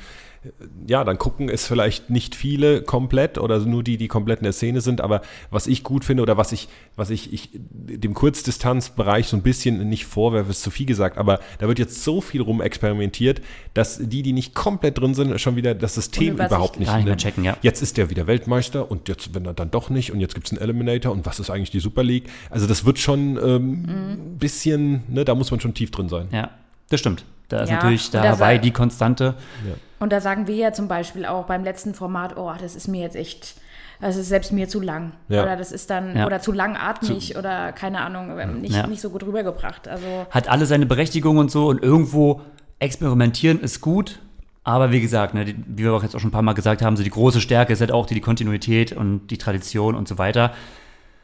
ja, dann gucken es vielleicht nicht viele komplett oder nur die, die komplett in der Szene sind, aber was ich gut finde oder was ich, was ich, ich dem Kurzdistanzbereich so ein bisschen nicht vorwerfe, ist zu viel gesagt, aber da wird jetzt so viel rumexperimentiert, dass die, die nicht komplett drin sind, schon wieder das System überhaupt nicht, nicht mehr checken, ja. Jetzt ist der wieder Weltmeister und jetzt, wenn er dann doch nicht und jetzt gibt es einen Eliminator und was ist eigentlich die Super League? Also das wird schon ein ähm, bisschen, ne, da muss man schon tief drin sein. Ja, das stimmt. Da ist ja, natürlich da Hawaii die Konstante. Ja. Und da sagen wir ja zum Beispiel auch beim letzten Format, oh, das ist mir jetzt echt, das ist selbst mir zu lang. Ja. Oder das ist dann, ja. oder zu langatmig zu, oder keine Ahnung, nicht, ja. nicht so gut rübergebracht. Also hat alle seine Berechtigung und so und irgendwo experimentieren ist gut. Aber wie gesagt, ne, die, wie wir auch jetzt auch schon ein paar Mal gesagt haben, so die große Stärke ist halt auch die, die Kontinuität und die Tradition und so weiter.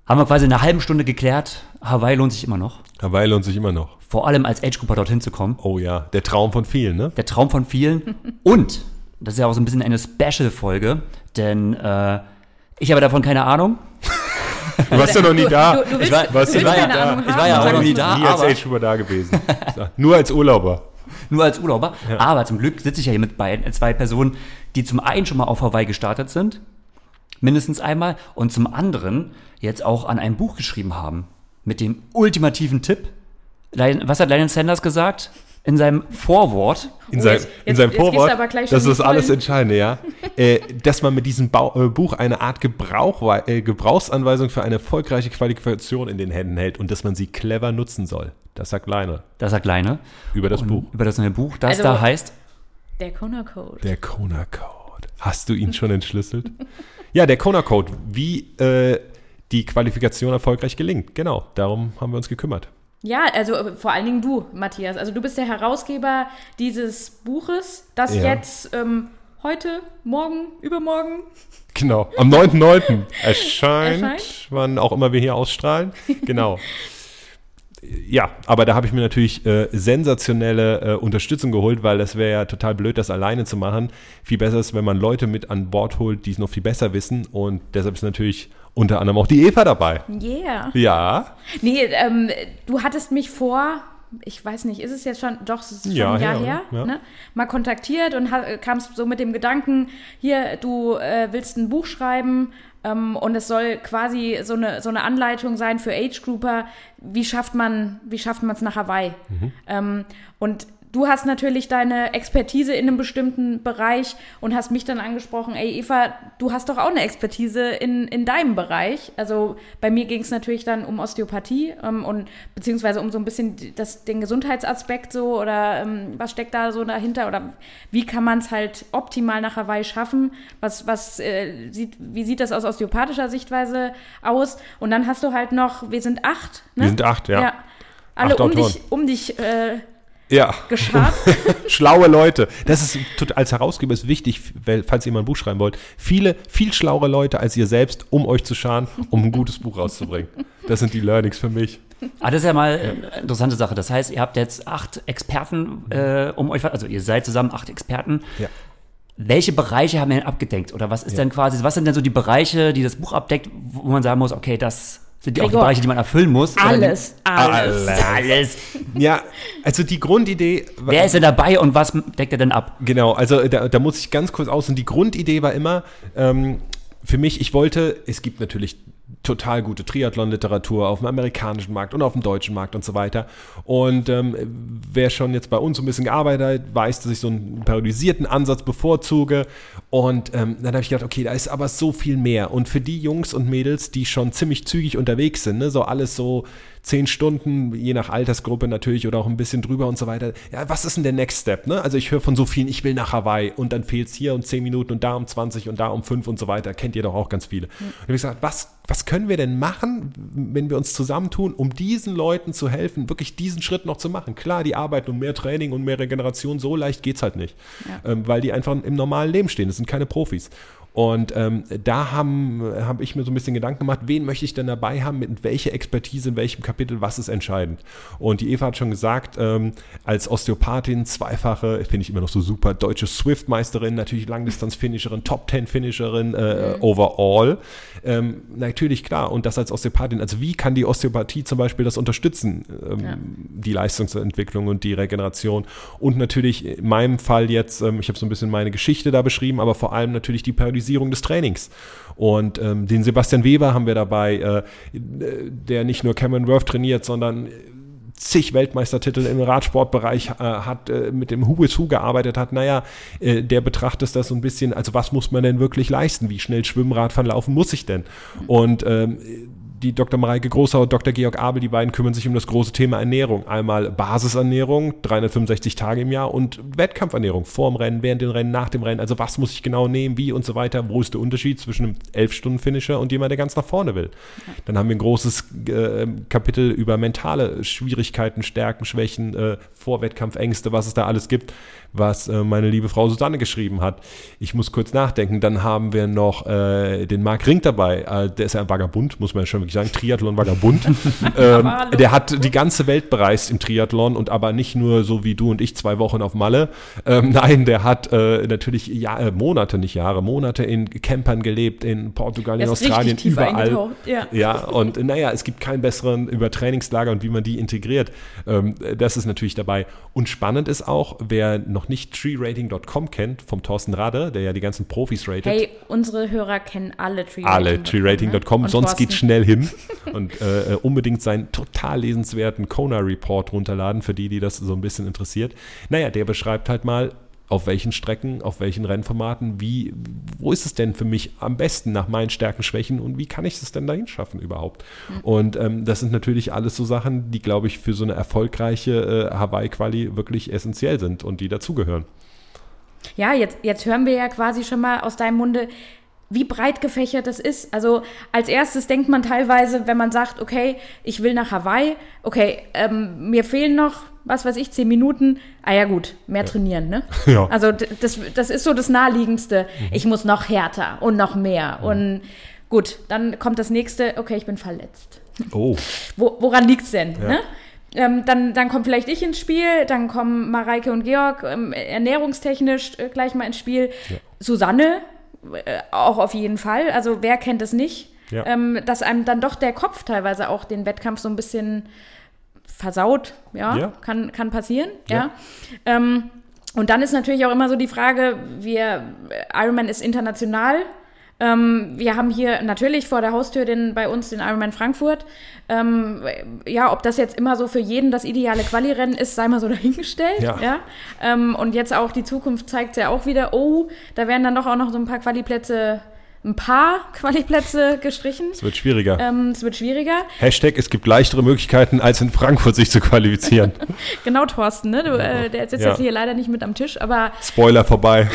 Haben wir quasi in einer halben Stunde geklärt, Hawaii lohnt sich immer noch. Hawaii lohnt sich immer noch. Vor allem als Age-Grupper dorthin zu kommen. Oh ja, der Traum von vielen, ne? Der Traum von vielen. Und, das ist ja auch so ein bisschen eine Special-Folge, denn äh, ich habe davon keine Ahnung. Du warst ja noch nie da. Du, du, du willst, Ich war- du was- willst ich war ja keine da. Ahnung Ich haben, war ja sag auch noch es nie mal. da. Nie als aber- Age-Grupper da gewesen. Nur als Urlauber. Nur als Urlauber. Aber zum Glück sitze ich ja hier mit beiden, zwei Personen, die zum einen schon mal auf Hawaii gestartet sind, mindestens einmal, und zum anderen jetzt auch an einem Buch geschrieben haben. Mit dem ultimativen Tipp. Lion- Was hat Lionel Sanders gesagt? In seinem Vorwort. In, Oh, sein, jetzt- in jetzt- seinem jetzt gehst du Vorwort, aber gleich schon das ist in die alles Vollen. Entscheidende, ja, äh, dass man mit diesem Bau, äh, Buch eine Art Gebrauch, äh, Gebrauchsanweisung für eine erfolgreiche Qualifikation in den Händen hält und dass man sie clever nutzen soll. Das sagt Leine Das sagt Leine. über das Und Buch. Über das neue Buch, das Also- da heißt. Der Kona Code. Der Kona Code. Hast du ihn schon entschlüsselt? Ja, der Kona Code, wie äh, die Qualifikation erfolgreich gelingt. Genau, darum haben wir uns gekümmert. Ja, also äh, vor allen Dingen du, Matthias. Also du bist der Herausgeber dieses Buches, das Ja. jetzt ähm, heute, morgen, übermorgen. Genau, am neunten neunten erscheint, Erscheint. wann auch immer wir hier ausstrahlen. Genau. Ja, aber da habe ich mir natürlich äh, sensationelle äh, Unterstützung geholt, weil das wäre ja total blöd, das alleine zu machen. Viel besser ist, wenn man Leute mit an Bord holt, die es noch viel besser wissen. Und deshalb ist natürlich unter anderem auch die Eva dabei. Yeah. Ja, Nee, ähm, du hattest mich vor, ich weiß nicht, ist es jetzt schon, doch, es ist schon Ja, ein Jahr her, her, ja. ne? Mal kontaktiert und ha- kamst so mit dem Gedanken, hier, du äh, willst ein Buch schreiben ähm, und es soll quasi so eine, so eine Anleitung sein für Age-Grouper, wie schafft man wie schafft man es nach Hawaii? Mhm. Ähm, und du hast natürlich deine Expertise in einem bestimmten Bereich und hast mich dann angesprochen, ey Eva, du hast doch auch eine Expertise in, in deinem Bereich. Also bei mir ging es natürlich dann um Osteopathie ähm, und beziehungsweise um so ein bisschen das, den Gesundheitsaspekt so oder ähm, was steckt da so dahinter oder wie kann man es halt optimal nach Hawaii schaffen? Was, was äh, sieht, wie sieht das aus osteopathischer Sichtweise aus? Und dann hast du halt noch, wir sind acht, ne? wir sind acht, ja. Ja. Alle Acht um Autoren. dich, um dich äh, Ja. geschart. Schlaue Leute. Das ist tot- als Herausgeber ist wichtig, weil, falls ihr mal ein Buch schreiben wollt. Viele, viel schlauere Leute als ihr selbst, um euch zu scharen, um ein gutes Buch rauszubringen. Das sind die Learnings für mich. Ah, das ist ja mal eine interessante Sache. Das heißt, ihr habt jetzt acht Experten äh, um euch, also ihr seid zusammen acht Experten. Ja. Welche Bereiche haben wir denn abgedeckt? Oder was ist Ja. denn quasi, was sind denn so die Bereiche, die das Buch abdeckt, wo man sagen muss, okay, das sind die auch die Gregor, Bereiche, die man erfüllen muss? Oder Alles, die, alles. alles. Ja, also die Grundidee. Wer ist denn dabei und was deckt er denn ab? Genau, also da, da muss ich ganz kurz aus. Und die Grundidee war immer, ähm, für mich, ich wollte, es gibt natürlich total gute Triathlon-Literatur auf dem amerikanischen Markt und auf dem deutschen Markt und so weiter. Und ähm, wer schon jetzt bei uns so ein bisschen gearbeitet hat, weiß, dass ich so einen periodisierten Ansatz bevorzuge. Und ähm, dann habe ich gedacht, okay, da ist aber so viel mehr. Und für die Jungs und Mädels, die schon ziemlich zügig unterwegs sind, ne, so alles so zehn Stunden, je nach Altersgruppe natürlich oder auch ein bisschen drüber und so weiter. Ja, was ist denn der Next Step? Ne? Also ich höre von so vielen, ich will nach Hawaii und dann fehlt es hier um zehn Minuten und da um zwanzig und da um fünf und so weiter. Kennt ihr doch auch ganz viele. Und ich habe gesagt, was, was können wir denn machen, wenn wir uns zusammentun, um diesen Leuten zu helfen, wirklich diesen Schritt noch zu machen? Klar, die arbeiten und mehr Training und mehr Regeneration, so leicht geht es halt nicht, Ja. ähm, weil die einfach im normalen Leben stehen. Das sind keine Profis. Und ähm, da habe hab ich mir so ein bisschen Gedanken gemacht, wen möchte ich denn dabei haben, mit welcher Expertise, in welchem Kapitel, was ist entscheidend. Und die Eva hat schon gesagt, ähm, als Osteopathin, zweifache, finde ich immer noch so super, deutsche Swift-Meisterin, natürlich Langdistanz-Finisherin, Top-Ten-Finisherin äh, Mhm. overall. Ähm, natürlich, klar, und das als Osteopathin, also wie kann die Osteopathie zum Beispiel das unterstützen, ähm, Ja. die Leistungsentwicklung und die Regeneration. Und natürlich in meinem Fall jetzt, ähm, ich habe so ein bisschen meine Geschichte da beschrieben, aber vor allem natürlich die Periodisierung des Trainings. Und ähm, den Sebastian Weber haben wir dabei, äh, der nicht nur Cameron Worth trainiert, sondern zig Weltmeistertitel im Radsportbereich äh, hat, äh, mit dem Who is Who gearbeitet hat. Naja, äh, der betrachtet das so ein bisschen, also was muss man denn wirklich leisten? Wie schnell Schwimmen, Radfahren, Laufen muss ich denn? Und ähm, die Doktor Mareike Großau und Doktor Georg Abel, die beiden kümmern sich um das große Thema Ernährung. Einmal Basisernährung, dreihundertfünfundsechzig Tage im Jahr und Wettkampfernährung, vor dem Rennen, während dem Rennen, nach dem Rennen. Also was muss ich genau nehmen, wie und so weiter. Wo ist der Unterschied zwischen einem elf-Stunden-Finisher und jemand, der ganz nach vorne will? Dann haben wir ein großes äh, Kapitel über mentale Schwierigkeiten, Stärken, Schwächen, äh, Vorwettkampfängste, was es da alles gibt, was äh, meine liebe Frau Susanne geschrieben hat. Ich muss kurz nachdenken. Dann haben wir noch äh, den Marc Rink dabei. Äh, der ist ja ein Vagabund, muss man ja schon wirklich sagen, Triathlon-Vagabund. ähm, der hat die ganze Welt bereist im Triathlon und aber nicht nur so wie du und ich zwei Wochen auf Malle. Ähm, nein, der hat äh, natürlich Jahr, äh, Monate, nicht Jahre, Monate in Campern gelebt, in Portugal, in Australien, überall. Ja. ja, und naja, es gibt keinen besseren über Trainingslager und wie man die integriert. Ähm, das ist natürlich dabei. Und spannend ist auch, wer noch nicht tree rating dot com kennt, vom Thorsten Rade, der ja die ganzen Profis ratet. Hey, unsere Hörer kennen alle tree rating dot com. Alle, tree rating dot com, ne? Sonst Thorsten. Geht's schnell hin. Und äh, unbedingt seinen total lesenswerten Kona-Report runterladen, für die, die das so ein bisschen interessiert. Naja, der beschreibt halt mal, auf welchen Strecken, auf welchen Rennformaten, wie, wo ist es denn für mich am besten nach meinen Stärken, Schwächen und wie kann ich es denn dahin schaffen überhaupt? Mhm. Und ähm, das sind natürlich alles so Sachen, die, glaube ich, für so eine erfolgreiche äh, Hawaii-Quali wirklich essentiell sind und die dazugehören. Ja, jetzt, jetzt hören wir ja quasi schon mal aus deinem Munde, wie breit gefächert das ist. Also als erstes denkt man teilweise, wenn man sagt, okay, ich will nach Hawaii, okay, ähm, mir fehlen noch, was weiß ich, zehn Minuten. Ah ja gut, mehr ja. trainieren, ne? Ja. Also das, das ist so das Naheliegendste. Mhm. Ich muss noch härter und noch mehr. Mhm. Und gut, dann kommt das nächste, okay, ich bin verletzt. Oh. Wo, woran liegt's denn, ja. ne? Ähm, dann, dann kommt vielleicht ich ins Spiel, dann kommen Mareike und Georg ähm, ernährungstechnisch äh, gleich mal ins Spiel. Ja. Susanne äh, auch auf jeden Fall. Also wer kennt es nicht? Ja. Ähm, dass einem dann doch der Kopf teilweise auch den Wettkampf so ein bisschen versaut, ja, ja. Kann, kann passieren. Ja. Ja. Ähm, und dann ist natürlich auch immer so die Frage, wir, Ironman ist international. Ähm, wir haben hier natürlich vor der Haustür den, bei uns den Ironman Frankfurt. Ähm, ja, ob das jetzt immer so für jeden das ideale Quali-Rennen ist, sei mal so dahingestellt. Ja. Ja? Ähm, und jetzt auch die Zukunft zeigt ja auch wieder, oh, da werden dann doch auch noch so ein paar Quali-Plätze, ein paar Quali-Plätze gestrichen. Es wird schwieriger. Ähm, es wird schwieriger. Hashtag, es gibt leichtere Möglichkeiten, als in Frankfurt sich zu qualifizieren. Genau, Thorsten, ne? Du, äh, der sitzt ja. jetzt hier leider nicht mit am Tisch, aber... Spoiler vorbei.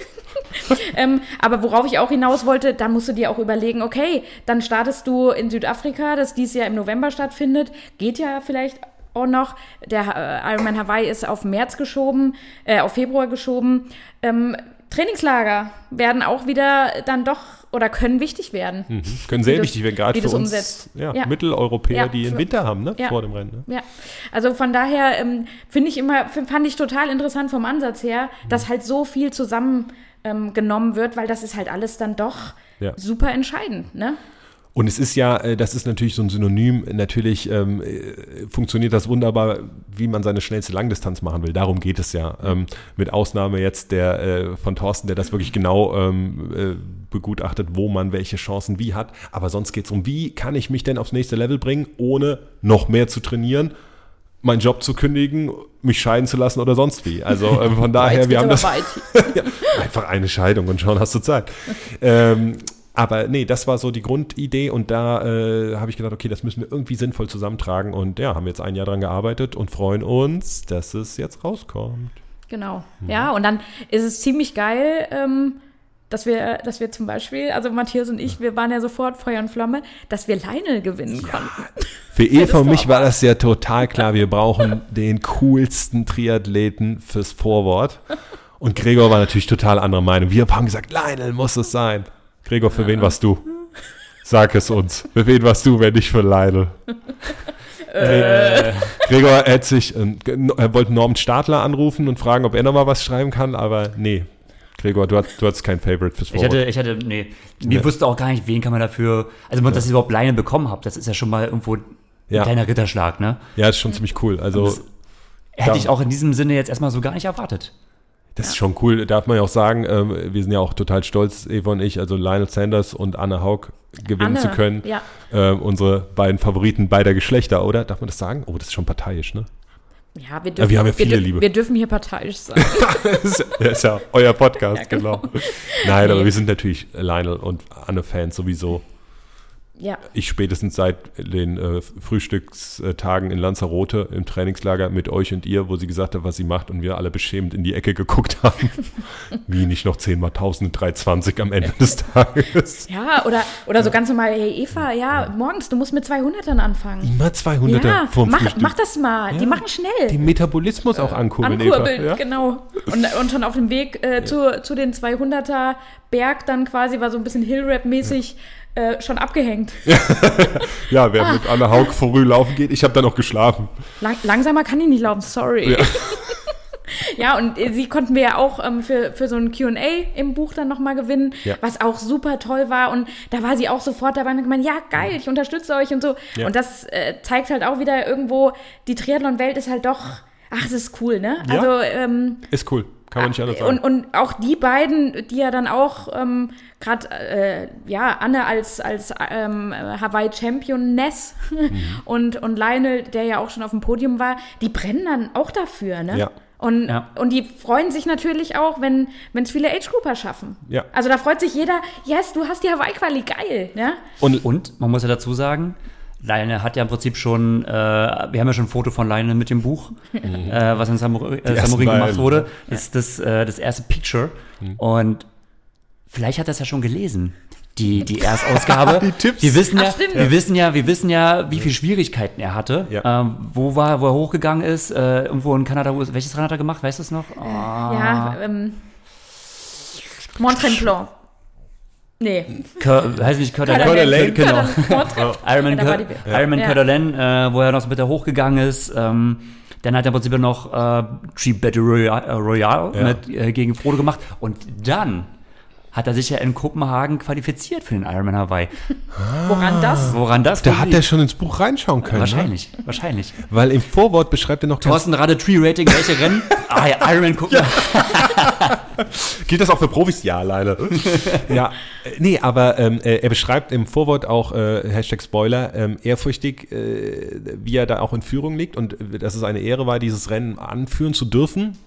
ähm, aber worauf ich auch hinaus wollte, da musst du dir auch überlegen, okay, dann startest du in Südafrika, das dieses Jahr im November stattfindet, geht ja vielleicht auch noch. Der äh, Ironman Hawaii ist auf März geschoben, äh, auf Februar geschoben. Ähm, Trainingslager werden auch wieder dann doch oder können wichtig werden. Mhm. Können sehr wichtig werden, gerade für uns ja, ja. Mitteleuropäer, ja, die einen Winter haben, ne, ja. vor dem Rennen. Ne? Ja, also von daher ähm, finde ich immer, fand ich total interessant vom Ansatz her, mhm. dass halt so viel zusammen ähm, genommen wird, weil das ist halt alles dann doch ja. super entscheidend, ne? Und es ist ja, das ist natürlich so ein Synonym, natürlich ähm, funktioniert das wunderbar, wie man seine schnellste Langdistanz machen will. Darum geht es ja. Ähm, mit Ausnahme jetzt der äh, von Thorsten, der das wirklich genau ähm, äh, begutachtet, wo man welche Chancen wie hat. Aber sonst geht es um, wie kann ich mich denn aufs nächste Level bringen, ohne noch mehr zu trainieren, meinen Job zu kündigen, mich scheiden zu lassen oder sonst wie. Also äh, von daher, wir haben das ja, einfach eine Scheidung und schon hast du Zeit. Ähm, Aber nee, das war so die Grundidee und da äh, habe ich gedacht, okay, das müssen wir irgendwie sinnvoll zusammentragen und ja, haben jetzt ein Jahr dran gearbeitet und freuen uns, dass es jetzt rauskommt. Genau, mhm. ja, und dann ist es ziemlich geil, ähm, dass wir, dass wir zum Beispiel, also Matthias und ich, wir waren ja sofort Feuer und Flamme, dass wir Lionel gewinnen ja. konnten. Für Eva und mich war das ja total klar, wir brauchen den coolsten Triathleten fürs Vorwort und Gregor war natürlich total anderer Meinung. Wir haben gesagt, Lionel muss es sein. Gregor, für wen warst du? Sag es uns. Für wen warst du, wenn nicht für Lionel? Äh. Gregor hätte sich, äh, er wollte Norman Stadler anrufen und fragen, ob er nochmal was schreiben kann, aber nee. Gregor, du, hat, du hattest kein Favorite fürs Vorwort. Ich hatte, ich hatte, nee. Mir nee. wusste auch gar nicht, wen kann man dafür, also ja. dass ich überhaupt Lionel bekommen habe, das ist ja schon mal irgendwo ein ja. kleiner Ritterschlag, ne? Ja, das ist schon ziemlich cool. Also hätte ja. ich auch in diesem Sinne jetzt erstmal so gar nicht erwartet. Das ist schon cool, darf man ja auch sagen, ähm, wir sind ja auch total stolz, Eva und ich, also Lionel Sanders und Anne Haug gewinnen Anne, zu können. Ja. Ähm, unsere beiden Favoriten beider Geschlechter, oder? Darf man das sagen? Oh, das ist schon parteiisch, ne? Ja, wir dürfen, ja, wir haben ja viele, wir, Liebe. Wir dürfen hier parteiisch sein. das, ist, das ist ja euer Podcast, ja, genau. genau. Nein, nee. aber wir sind natürlich Lionel und Anne-Fans sowieso. Ja. Ich spätestens seit den äh, Frühstückstagen in Lanzarote im Trainingslager mit euch und ihr, wo sie gesagt hat, was sie macht und wir alle beschämend in die Ecke geguckt haben. Wie nicht noch zehn mal tausend drei zwanzig am Ende des Tages. Ja, oder, oder so ganz normal, hey Eva, ja, ja, morgens, du musst mit zweihundertern anfangen. Immer zweihunderter ja, vorm mach, Frühstück. mach das mal, ja. die machen schnell. Den Metabolismus auch ankurbeln, Ankurbeln, Eva. Ja? genau. Und, und schon auf dem Weg äh, ja. zu, zu den zweihunderter Berg dann quasi, war so ein bisschen Hillrap-mäßig, ja. äh, schon abgehängt. Ja, wer ah. mit Anne Haug früh laufen geht, ich habe da noch geschlafen. Lang, langsamer kann ich nicht laufen, sorry. Ja, ja und sie konnten wir ja auch ähm, für, für so ein Q und A im Buch dann nochmal gewinnen, ja. was auch super toll war. Und da war sie auch sofort dabei und hat gemeint, ja geil, ich unterstütze euch und so. Ja. Und das äh, zeigt halt auch wieder irgendwo, die Triathlon-Welt ist halt doch, ach, das ist cool, ne? Ja, also ähm, ist cool. Kann man nicht anders sagen. Und, und auch die beiden, die ja dann auch ähm, gerade, äh, ja, Anne als, als ähm, Hawaii-Championess mhm. und, und Lionel, der ja auch schon auf dem Podium war, die brennen dann auch dafür, ne? Ja. Und, ja. und die freuen sich natürlich auch, wenn es viele Age-Grouper schaffen. Ja. Also da freut sich jeder, yes, du hast die Hawaii-Quali, geil, ne? Und, und man muss ja dazu sagen, Lionel hat ja im Prinzip schon, äh, wir haben ja schon ein Foto von Lionel mit dem Buch, mhm. äh, was in Samurai äh, gemacht wurde. Das ist das, äh, das erste Picture. Mhm. Und vielleicht hat er es ja schon gelesen, die, die Erstausgabe. Die Tipps. Wir wissen ja, Ach, stimmt. wir wissen ja, wir wissen ja, wie viele Schwierigkeiten er hatte. Ja. Ähm, wo war, wo er hochgegangen ist, äh, irgendwo in Kanada. Wo, welches Rennen hat er gemacht? Weißt du es noch? Oh. Ja, ähm, Mont Tremblant. Nee. Kör, heißt nicht Coeur d'Alene. Genau. Ironman ja. Coeur d'Alene, äh, wo er noch mit hochgegangen ist. Ähm, dann hat er im Prinzip noch äh, Tree Battle Royale, Royale ja. mit, äh, gegen Frodo gemacht. Und dann hat er sich ja in Kopenhagen qualifiziert für den Ironman Hawaii. Ah. Woran das? Woran das? Da hat er schon ins Buch reinschauen können. Wahrscheinlich, ne? wahrscheinlich. Weil im Vorwort beschreibt er noch... Thorsten Rade Tree Rating, welche Rennen? Ah ja, Ironman Kopenhagen. Geht das auch für Profis? Ja, alleine. Ja, nee, aber ähm, er beschreibt im Vorwort auch, äh, Hashtag Spoiler, ähm, ehrfürchtig, äh, wie er da auch in Führung liegt und äh, dass es eine Ehre war, dieses Rennen anführen zu dürfen.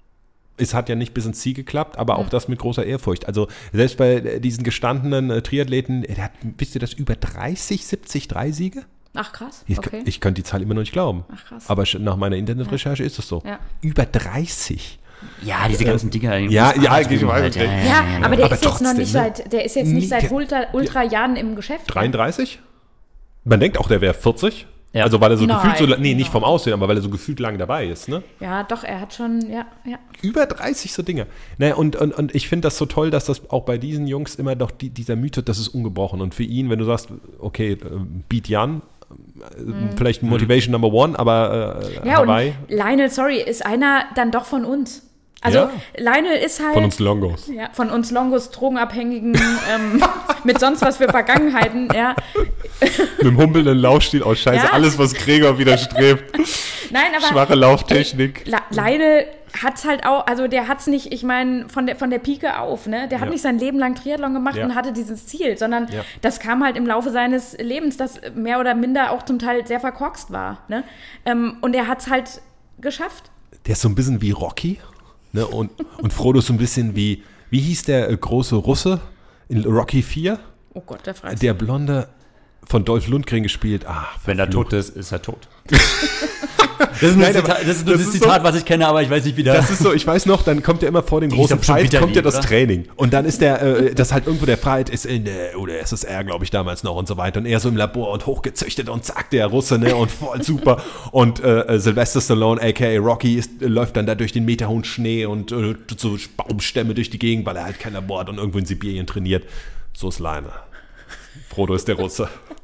Es hat ja nicht bis ins Ziel geklappt, aber auch das mit großer Ehrfurcht. Also selbst bei diesen gestandenen äh, Triathleten, der hat, wisst ihr das, über dreißig, siebzig, drei Siege? Ach krass, ich, okay. Ich könnte die Zahl immer noch nicht glauben. Ach krass. Aber nach meiner Internetrecherche ja. ist es so. Ja. Über dreißig. Ja, diese ganzen Dinger. Ja, ja, halt, ich weiß. halt, ja, ja, Ja, ja, aber der aber ist jetzt trotzdem, noch nicht ne? seit, der ist jetzt nicht seit der, ultra, ultra Jahren im Geschäft. dreiunddreißig? Man denkt auch, der wäre vierzig. Ja. Also weil er so Nein, gefühlt so, nee, nicht nein. vom Aussehen, aber weil er so gefühlt lang dabei ist, ne? Ja, doch, er hat schon, ja, ja. Über dreißig so Dinge. Naja, und, und, und ich finde das so toll, dass das auch bei diesen Jungs immer doch die, dieser Mythos, das ist ungebrochen. Und für ihn, wenn du sagst, okay, beat Jan, mhm. vielleicht Motivation Number One, aber äh, ja, Hawaii. Und Lionel, sorry, ist einer dann doch von uns. Also ja. Lionel ist halt... Von uns Longos. Ja, von uns Longos, Drogenabhängigen, ähm, mit sonst was für Vergangenheiten, ja. Mit dem humpelnden Laufstil, oh scheiße, Ja. alles, was Gregor widerstrebt. Nein, aber... Schwache Lauftechnik. Ey, Lionel hat's halt auch, also der hat's nicht, ich meine, von der, von der Pike auf, ne? Der hat Ja. nicht sein Leben lang Triathlon gemacht Ja. und hatte dieses Ziel, sondern Ja. das kam halt im Laufe seines Lebens, das mehr oder minder auch zum Teil sehr verkorkst war, ne? Ähm, und er hat's halt geschafft. Der ist so ein bisschen wie Rocky, ne? Und, und Frodo ist so ein bisschen wie, wie hieß der äh, große Russe in Rocky vier? Oh Gott, der Freund. Der Blonde, von Dolph Lundgren gespielt. Ah, Wenn er verflucht. tot ist, ist er tot. Das ist, Nein, Zitat, aber das ist nur das das ist Zitat, so- was ich kenne, aber ich weiß nicht, wie der... Das ist so, ich weiß noch, dann kommt er immer vor dem Die großen ist doch schon Fight, wieder kommt ja lieb, das oder? Training. Und dann ist der, äh, das halt irgendwo der Fight ist in der, oder S S R, glaube ich, damals noch und so weiter. Und er so im Labor und hochgezüchtet und zack, der Russe, ne, und voll super. Und äh, Sylvester Stallone, aka Rocky, ist, äh, läuft dann da durch den meterhohen Schnee und äh, so Baumstämme durch die Gegend, weil er halt kein Labor hat und irgendwo in Sibirien trainiert. So ist Lionel. Frodo ist der Russe.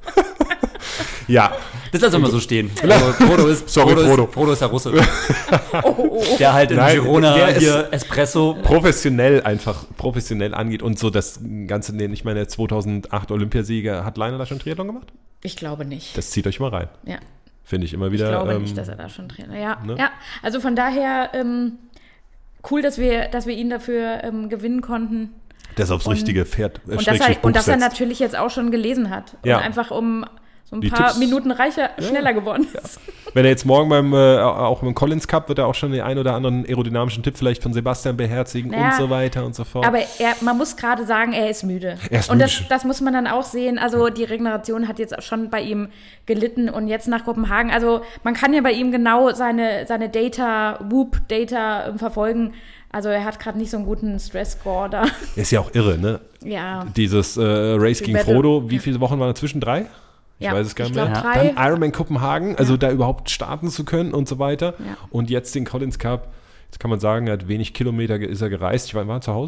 Ja. Das lassen wir mal so stehen. Also, Frodo ist, Sorry, Frodo, Frodo. Ist, Frodo ist der Russe. Oh, oh, oh. Der halt in Nein, Girona der ist- hier Espresso... Professionell einfach, professionell angeht und so das Ganze, ich meine, der zweitausendacht Olympiasieger, hat Lionel da schon Triathlon gemacht? Ich glaube nicht. Das zieht euch mal rein. Ja. Finde ich immer Ich wieder. glaube ähm, nicht, dass er da schon Trainer. Ja, ne? ja. Also von daher ähm, cool, dass wir, dass wir ihn dafür ähm, gewinnen konnten. Der ist aufs Und- richtige Pferd. Äh, Und dass, Schrägstrich er, und dass er Buch setzt. natürlich jetzt auch schon gelesen hat. Ja. Und einfach um so ein Die paar Tipps. Minuten reicher, schneller geworden ist. Wenn er jetzt morgen beim, äh, auch beim Collins Cup, wird er auch schon den ein oder anderen aerodynamischen Tipp vielleicht von Sebastian beherzigen Naja, und so weiter und so fort. Aber er, man muss gerade sagen, er ist müde. Er ist und müde. das, das muss man dann auch sehen. Also die Regeneration hat jetzt schon bei ihm gelitten und jetzt nach Kopenhagen. Also man kann ja bei ihm genau seine, seine Data, Whoop-Data ähm, verfolgen. Also er hat gerade nicht so einen guten Stress-Score da. Er ist ja auch irre, ne? Ja. Dieses äh, Race gegen Battle. Frodo, wie viele Wochen waren dazwischen? Drei? Ich Ja, weiß es gar ich nicht mehr. glaub, drei. Dann Ironman Kopenhagen, also da überhaupt starten zu können und so weiter. Ja. Und jetzt den Collins Cup. Jetzt kann man sagen, er hat wenig Kilometer, ge- ist er gereist. Ich war, war er zu Hause?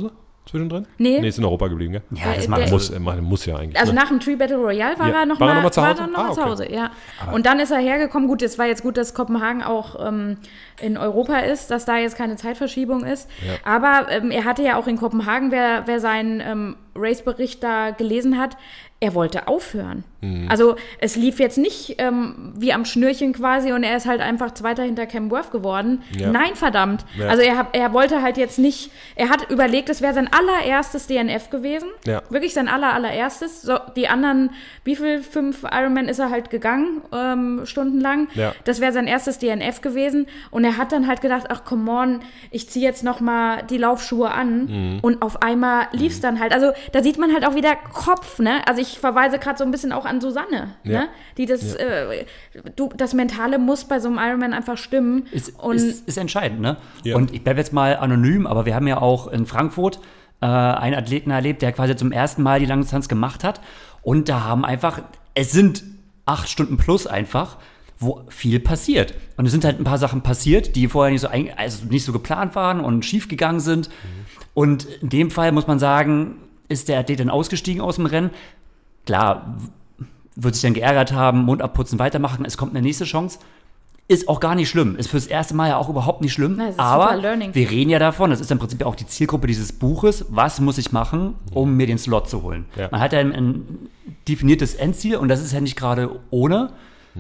zwischendrin? Nee. Nee, ist in Europa geblieben, gell? Ja, das Der- macht der- Muss, äh, muss ja eigentlich. Also ne? nach dem Tree Battle Royale war Ja. er noch War mal, er noch mal zu war Hause? er noch Ah, mal zu okay. Hause, ja. Und dann ist er hergekommen. Gut, es war jetzt gut, dass Kopenhagen auch ähm, in Europa ist, dass da jetzt keine Zeitverschiebung ist. Ja. Aber ähm, er hatte ja auch in Kopenhagen, wer, wer seinen ähm, Race-Bericht da gelesen hat, er wollte aufhören. Mhm. Also es lief jetzt nicht ähm, wie am Schnürchen quasi und er ist halt einfach Zweiter hinter Cam Worth geworden. Ja. Nein, verdammt. Ja. Also er, hat- er wollte halt jetzt nicht, er hat überlegt, es wäre sein allererstes D N F gewesen. Ja. Wirklich sein aller, allererstes. So, die anderen, wie viel, fünf Ironman ist er halt gegangen, ähm, stundenlang. Ja. Das wäre sein erstes D N F gewesen. Und er hat dann halt gedacht, ach come on, ich ziehe jetzt noch mal die Laufschuhe an. Mhm. Und auf einmal lief es dann halt. Also da sieht man halt auch wieder Kopf, ne? Also ich verweise gerade so ein bisschen auch an Susanne, Ja. ne? Die das, äh, du, das Mentale muss bei so einem Ironman einfach stimmen. Ist, und ist, ist entscheidend, ne? Ja. Und ich bleibe jetzt mal anonym, aber wir haben ja auch in Frankfurt äh, einen Athleten erlebt, der quasi zum ersten Mal die Langdistanz gemacht hat. Und da haben einfach, es sind acht Stunden plus einfach, wo viel passiert. Und es sind halt ein paar Sachen passiert, die vorher nicht so, ein, also nicht so geplant waren und schief gegangen sind. Und in dem Fall muss man sagen, ist der Athlet dann ausgestiegen aus dem Rennen. Klar, w- wird sich dann geärgert haben, Mund abputzen, weitermachen, es kommt eine nächste Chance. Ist auch gar nicht schlimm. Ist fürs erste Mal ja auch überhaupt nicht schlimm. Na, es ist aber super Learning. wir reden ja davon, das ist im Prinzip ja auch die Zielgruppe dieses Buches, was muss ich machen, um mir den Slot zu holen. Ja. Man hat ja ein, ein definiertes Endziel und das ist ja nicht gerade ohne.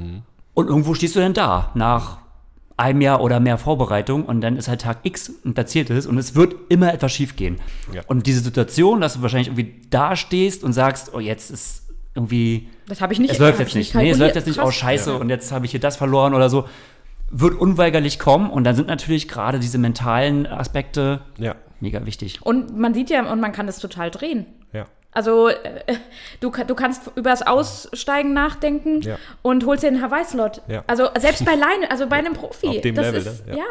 Und irgendwo stehst du dann da, nach einem Jahr oder mehr Vorbereitung und dann ist halt Tag X und da zählt es und es wird immer etwas schief gehen. Ja. Und diese Situation, dass du wahrscheinlich irgendwie da stehst und sagst, oh, jetzt ist irgendwie, das habe ich nicht es läuft hab jetzt ich nicht, nee, es kalkuliert. läuft jetzt nicht, oh Krass. scheiße, und jetzt habe ich hier das verloren oder so, wird unweigerlich kommen und dann sind natürlich gerade diese mentalen Aspekte Ja, mega wichtig. Und man sieht ja, und man kann das total drehen. ja. Also äh, du, ka- du kannst übers Aussteigen nachdenken Ja. und holst dir einen Hawaii-Slot. Ja. Also selbst bei Leine, also bei einem Profi. Auf dem das Level, ist, ne? ja. Ja.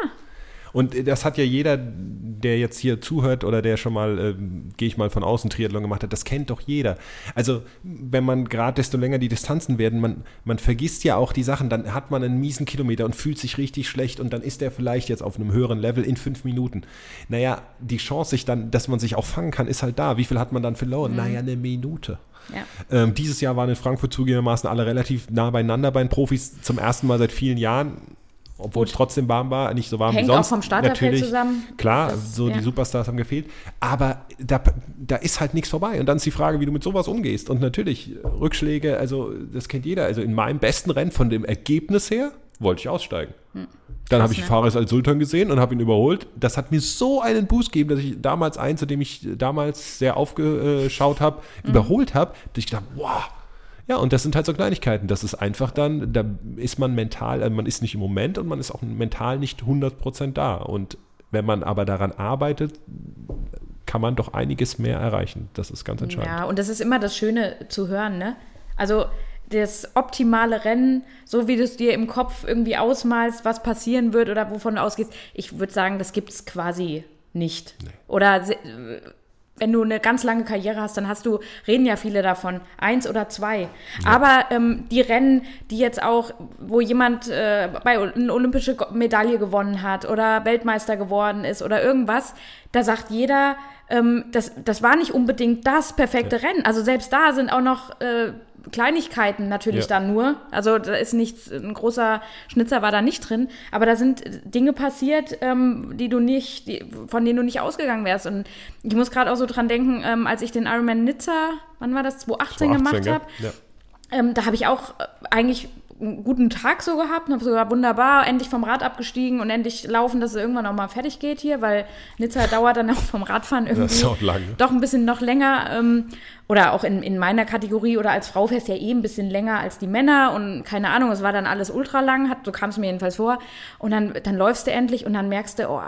Und das hat ja jeder, der jetzt hier zuhört oder der schon mal, ähm, gehe ich mal von außen, Triathlon gemacht hat, das kennt doch jeder. Also wenn man gerade, desto länger die Distanzen werden, man, man vergisst ja auch die Sachen, dann hat man einen miesen Kilometer und fühlt sich richtig schlecht und dann ist der vielleicht jetzt auf einem höheren Level in fünf Minuten. Naja, die Chance, sich dann, dass man sich auch fangen kann, ist halt da. Wie viel hat man dann verloren? Mhm. Naja, eine Minute. Ja. Ähm, dieses Jahr waren in Frankfurt zugegebenermaßen alle relativ nah beieinander bei den Profis, zum ersten Mal seit vielen Jahren. Obwohl es trotzdem warm war, nicht so warm Hängt wie sonst. auch vom Starterfeld Natürlich, zusammen. Klar, Das- so ja. die Superstars haben gefehlt. Aber da, da ist halt nichts vorbei. Und dann ist die Frage, wie du mit sowas umgehst. Und natürlich, Rückschläge, also das kennt jeder. Also in meinem besten Rennen von dem Ergebnis her wollte ich aussteigen. Hm. Dann habe ich ne? Fares al-Sultan gesehen und habe ihn überholt. Das hat mir so einen Boost gegeben, dass ich damals einen, zu dem ich damals sehr aufgeschaut habe, Mhm. überholt habe. Dass ich gedacht, wow. Ja, und das sind halt so Kleinigkeiten. Das ist einfach dann, da ist man mental, also man ist nicht im Moment und man ist auch mental nicht hundert Prozent da. Und wenn man aber daran arbeitet, kann man doch einiges mehr erreichen. Das ist ganz entscheidend. Ja, und das ist immer das Schöne zu hören, ne? Also das optimale Rennen, so wie du es dir im Kopf irgendwie ausmalst, was passieren wird oder wovon du ausgehst, ich würde sagen, das gibt es quasi nicht. Nee. Oder se- wenn du eine ganz lange Karriere hast, dann hast du, reden ja viele davon, eins oder zwei. Ja. Aber ähm, die Rennen, die jetzt auch, wo jemand äh, bei eine olympische Medaille gewonnen hat oder Weltmeister geworden ist oder irgendwas, da sagt jeder, ähm, das, das war nicht unbedingt das perfekte ja. Rennen. Also selbst da sind auch noch äh, Kleinigkeiten natürlich ja. dann nur. Also da ist nichts, ein großer Schnitzer war da nicht drin, aber da sind Dinge passiert, ähm, die du nicht, die, von denen du nicht ausgegangen wärst. Und ich muss gerade auch so dran denken, ähm, als ich den Ironman Nizza, wann war das, zwanzig achtzehn gemacht habe, ja. ähm, da habe ich auch äh, eigentlich einen guten Tag so gehabt und habe sogar wunderbar endlich vom Rad abgestiegen und endlich laufen, dass es irgendwann auch mal fertig geht hier, weil Nizza dauert dann auch vom Radfahren irgendwie das ist auch lang, ne? doch ein bisschen noch länger. Ähm, oder auch in, in meiner Kategorie oder als Frau fährst ja eh ein bisschen länger als die Männer und keine Ahnung, es war dann alles ultra lang, hat, so kam es mir jedenfalls vor. Und dann, dann läufst du endlich und dann merkst du, oh,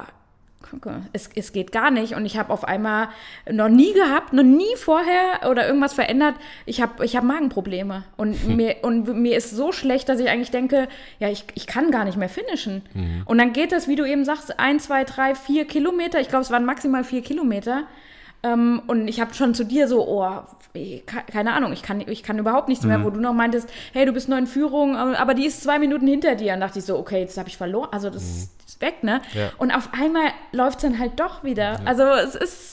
Es, es geht gar nicht und ich habe auf einmal noch nie gehabt, noch nie vorher oder irgendwas verändert. Ich habe ich hab Magenprobleme und, hm. mir, und mir ist so schlecht, dass ich eigentlich denke, ja, ich, ich kann gar nicht mehr finishen. Mhm. Und dann geht das, wie du eben sagst, ein, zwei, drei, vier Kilometer. Ich glaube, es waren maximal vier Kilometer. Um, und ich habe schon zu dir so, oh, keine Ahnung, ich kann, ich kann überhaupt nichts mhm. mehr, wo du noch meintest, hey, du bist noch in Führung, aber die ist zwei Minuten hinter dir. Und dachte ich so, okay, jetzt habe ich verloren, also das, mhm. ist, das ist weg, ne? Ja. Und auf einmal läuft es dann halt doch wieder. Ja. Also es ist...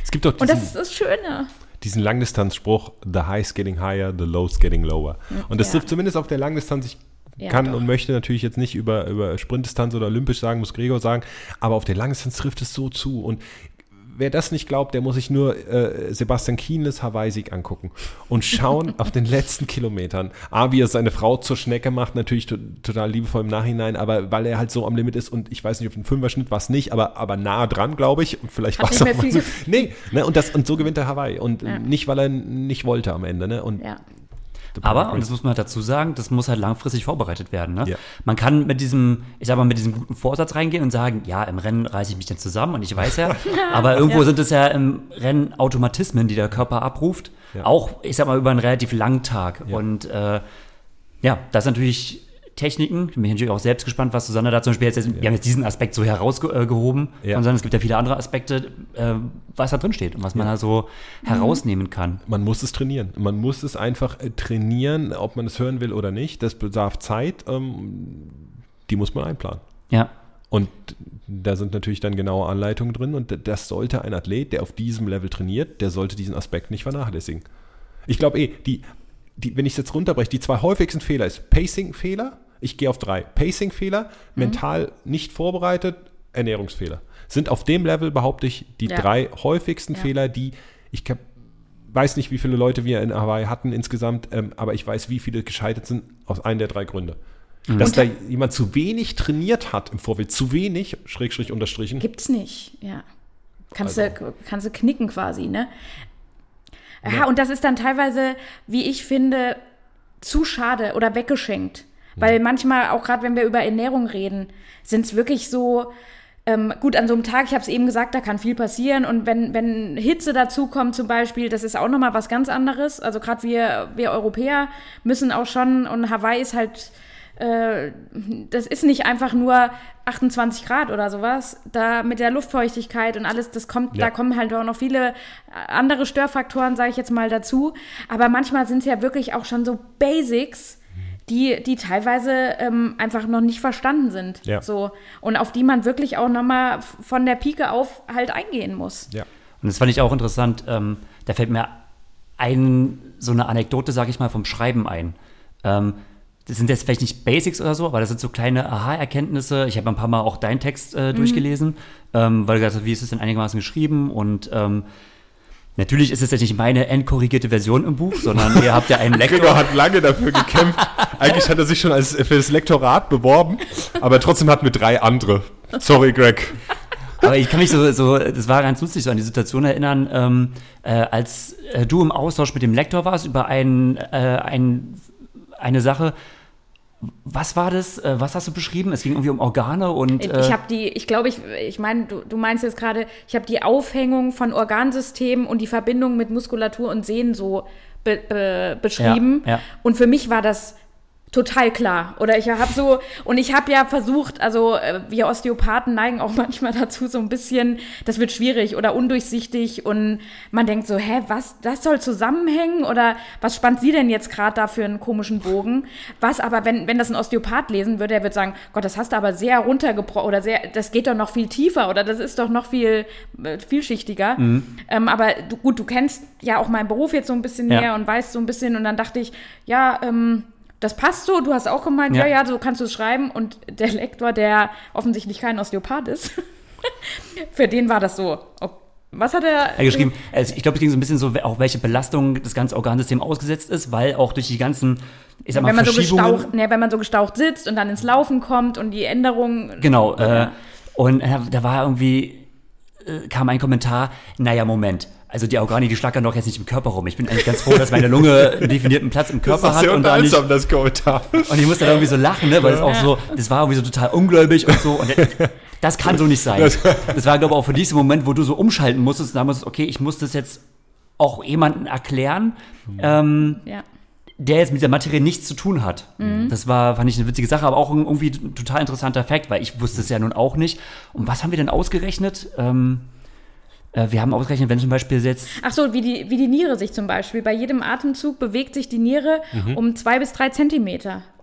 Es gibt doch diesen, Und das ist das Schöne. diesen Langdistanzspruch, the high's getting higher, the low's getting lower. Und das Ja. trifft zumindest auf der Langdistanz, ich Ja, kann doch. und möchte natürlich jetzt nicht über, über Sprintdistanz oder Olympisch sagen, muss Gregor sagen, aber auf der Langdistanz trifft es so zu. Und wer das nicht glaubt, der muss sich nur äh, Sebastian Kienles Hawaii-Sieg angucken und schauen auf den letzten Kilometern. A, wie er seine Frau zur Schnecke macht, natürlich to- total liebevoll im Nachhinein, aber weil er halt so am Limit ist und ich weiß nicht, auf den Fünfer-Schnitt war es nicht, aber, aber nah dran, glaube ich. Und vielleicht Hat war es nicht auch mehr mal viel so. Nee, ne, und, das, und so gewinnt er Hawaii. Und Ja. nicht, weil er nicht wollte am Ende. Ne? Und Ja. Aber, und das muss man halt dazu sagen, das muss halt langfristig vorbereitet werden. Ne? Ja. Man kann mit diesem, ich sag mal, mit diesem guten Vorsatz reingehen und sagen, ja, im Rennen reiße ich mich dann zusammen und ich weiß ja, aber irgendwo Ja. sind es ja im Rennen Automatismen, die der Körper abruft. Ja. Auch, ich sag mal, über einen relativ langen Tag. Ja. Und äh, ja, das ist natürlich Techniken. Ich bin natürlich auch selbst gespannt, was Susanne da zum Beispiel jetzt, wir haben jetzt diesen Aspekt so herausgehoben. Ja. Und sondern es gibt ja viele andere Aspekte, äh, was da drin steht und was man da so herausnehmen kann. man muss es trainieren. Man muss es einfach äh, trainieren, ob man es hören will oder nicht. Das bedarf Zeit, ähm, die muss man einplanen. Ja. Und da sind natürlich dann genaue Anleitungen drin und das sollte ein Athlet, der auf diesem Level trainiert, der sollte diesen Aspekt nicht vernachlässigen. Ich glaube eh, die, die, wenn ich es jetzt runterbreche, die zwei häufigsten Fehler ist Pacing-Fehler, ich gehe auf drei, Pacing-Fehler, mental nicht vorbereitet, Ernährungsfehler. Sind auf dem Level, behaupte ich, die Ja. drei häufigsten Ja. Fehler, die ich kann, weiß nicht, wie viele Leute wir in Hawaii hatten insgesamt, ähm, aber ich weiß, wie viele gescheitert sind aus einem der drei Gründe. Dass Und- da jemand zu wenig trainiert hat im Vorfeld, zu wenig, Schrägstrich unterstrichen. Gibt's nicht, ja. Kannst, Also. du, kannst du knicken quasi, ne? Ja, Ja. und das ist dann teilweise, wie ich finde, zu schade oder weggeschenkt. Weil manchmal, auch gerade wenn wir über Ernährung reden, sind es wirklich so, ähm, gut, an so einem Tag, ich habe es eben gesagt, da kann viel passieren. Und wenn, wenn Hitze dazukommt zum Beispiel, das ist auch nochmal was ganz anderes. Also gerade wir, wir Europäer müssen auch schon, und Hawaii ist halt, äh, das ist nicht einfach nur achtundzwanzig Grad oder sowas. Da mit der Luftfeuchtigkeit und alles, das kommt, Ja. da kommen halt auch noch viele andere Störfaktoren, sage ich jetzt mal, dazu. Aber manchmal sind es ja wirklich auch schon so Basics, die, die teilweise ähm, einfach noch nicht verstanden sind. Ja. So. Und auf die man wirklich auch nochmal von der Pike auf halt eingehen muss. Ja. Und das fand ich auch interessant. Ähm, da fällt mir ein, so eine Anekdote, sage ich mal, vom Schreiben ein. Ähm, das sind jetzt vielleicht nicht Basics oder so, aber das sind so kleine Aha-Erkenntnisse. Ich habe ein paar Mal auch deinen Text äh, durchgelesen, ähm, weil du gesagt hast, wie ist es denn einigermaßen geschrieben? Und ähm, natürlich ist es jetzt nicht meine endkorrigierte Version im Buch, sondern ihr habt ja einen Gregor Lektor. hat lange dafür gekämpft. Eigentlich hat er sich schon als, für das Lektorat beworben, aber trotzdem hatten wir drei andere. Sorry, Greg. Aber ich kann mich so, so, das war ganz lustig, so an die Situation erinnern, ähm, äh, als äh, du im Austausch mit dem Lektor warst über ein, äh, ein, eine Sache. Was war das? Äh, was hast du beschrieben? Es ging irgendwie um Organe und. Äh, Ich habe die, ich glaube, ich, ich meine, du, du meinst jetzt gerade, ich habe die Aufhängung von Organsystemen und die Verbindung mit Muskulatur und Sehnen so be, be, beschrieben. Ja, ja. Und für mich war das total klar. Oder ich habe so, und ich habe ja versucht, also äh, wir Osteopathen neigen auch manchmal dazu so ein bisschen, das wird schwierig oder undurchsichtig und man denkt so, hä, was, das soll zusammenhängen oder was spannt sie denn jetzt gerade da für einen komischen Bogen? Was aber, wenn, wenn das ein Osteopath lesen würde, er würde sagen, Gott, das hast du aber sehr runtergebrochen oder sehr, das geht doch noch viel tiefer oder das ist doch noch viel äh, vielschichtiger. Mhm. Ähm, aber du, gut, du kennst ja auch meinen Beruf jetzt so ein bisschen Ja. näher und weißt so ein bisschen und dann dachte ich, ja, ähm, das passt so, du hast auch gemeint, ja, Ja. ja, so kannst du es schreiben. Und der Lektor, der offensichtlich kein Osteopath ist, für den war das so. Ob, was hat er äh, geschrieben? Also ich glaube, es ging so ein bisschen so, auch welche Belastung das ganze Organsystem ausgesetzt ist, weil auch durch die ganzen, ich sag mal, wenn man, so Verschiebungen. gestaucht, ne, wenn man so gestaucht sitzt und dann ins Laufen kommt und die Änderungen. Genau, äh, Ja. und äh, da war irgendwie, äh, kam ein Kommentar, naja, Moment, also die Organe, die schlackern doch jetzt nicht im Körper rum. Ich bin eigentlich ganz froh, dass meine Lunge einen definierten Platz im Körper Das ist hat. sehr Und, da nicht, unterhaltsam, das Kommentar. und ich musste da irgendwie so lachen, ne, weil das auch so, das war irgendwie so total ungläubig und so. Und das kann so nicht sein. Das- Das war, glaube ich, auch für dich so ein Moment, wo du so umschalten musstest und sagen musstest, okay, ich muss das jetzt auch jemandem erklären, ähm, Ja. der jetzt mit der Materie nichts zu tun hat. Mhm. Das war, fand ich eine witzige Sache, aber auch ein irgendwie total interessanter Fakt, weil ich wusste es ja nun auch nicht. Und was haben wir denn ausgerechnet? Ähm, äh, wir haben ausgerechnet, wenn zum Beispiel jetzt, Ach so, wie die, wie die Niere sich zum Beispiel. Bei jedem Atemzug bewegt sich die Niere Mhm. um zwei bis drei Zentimeter.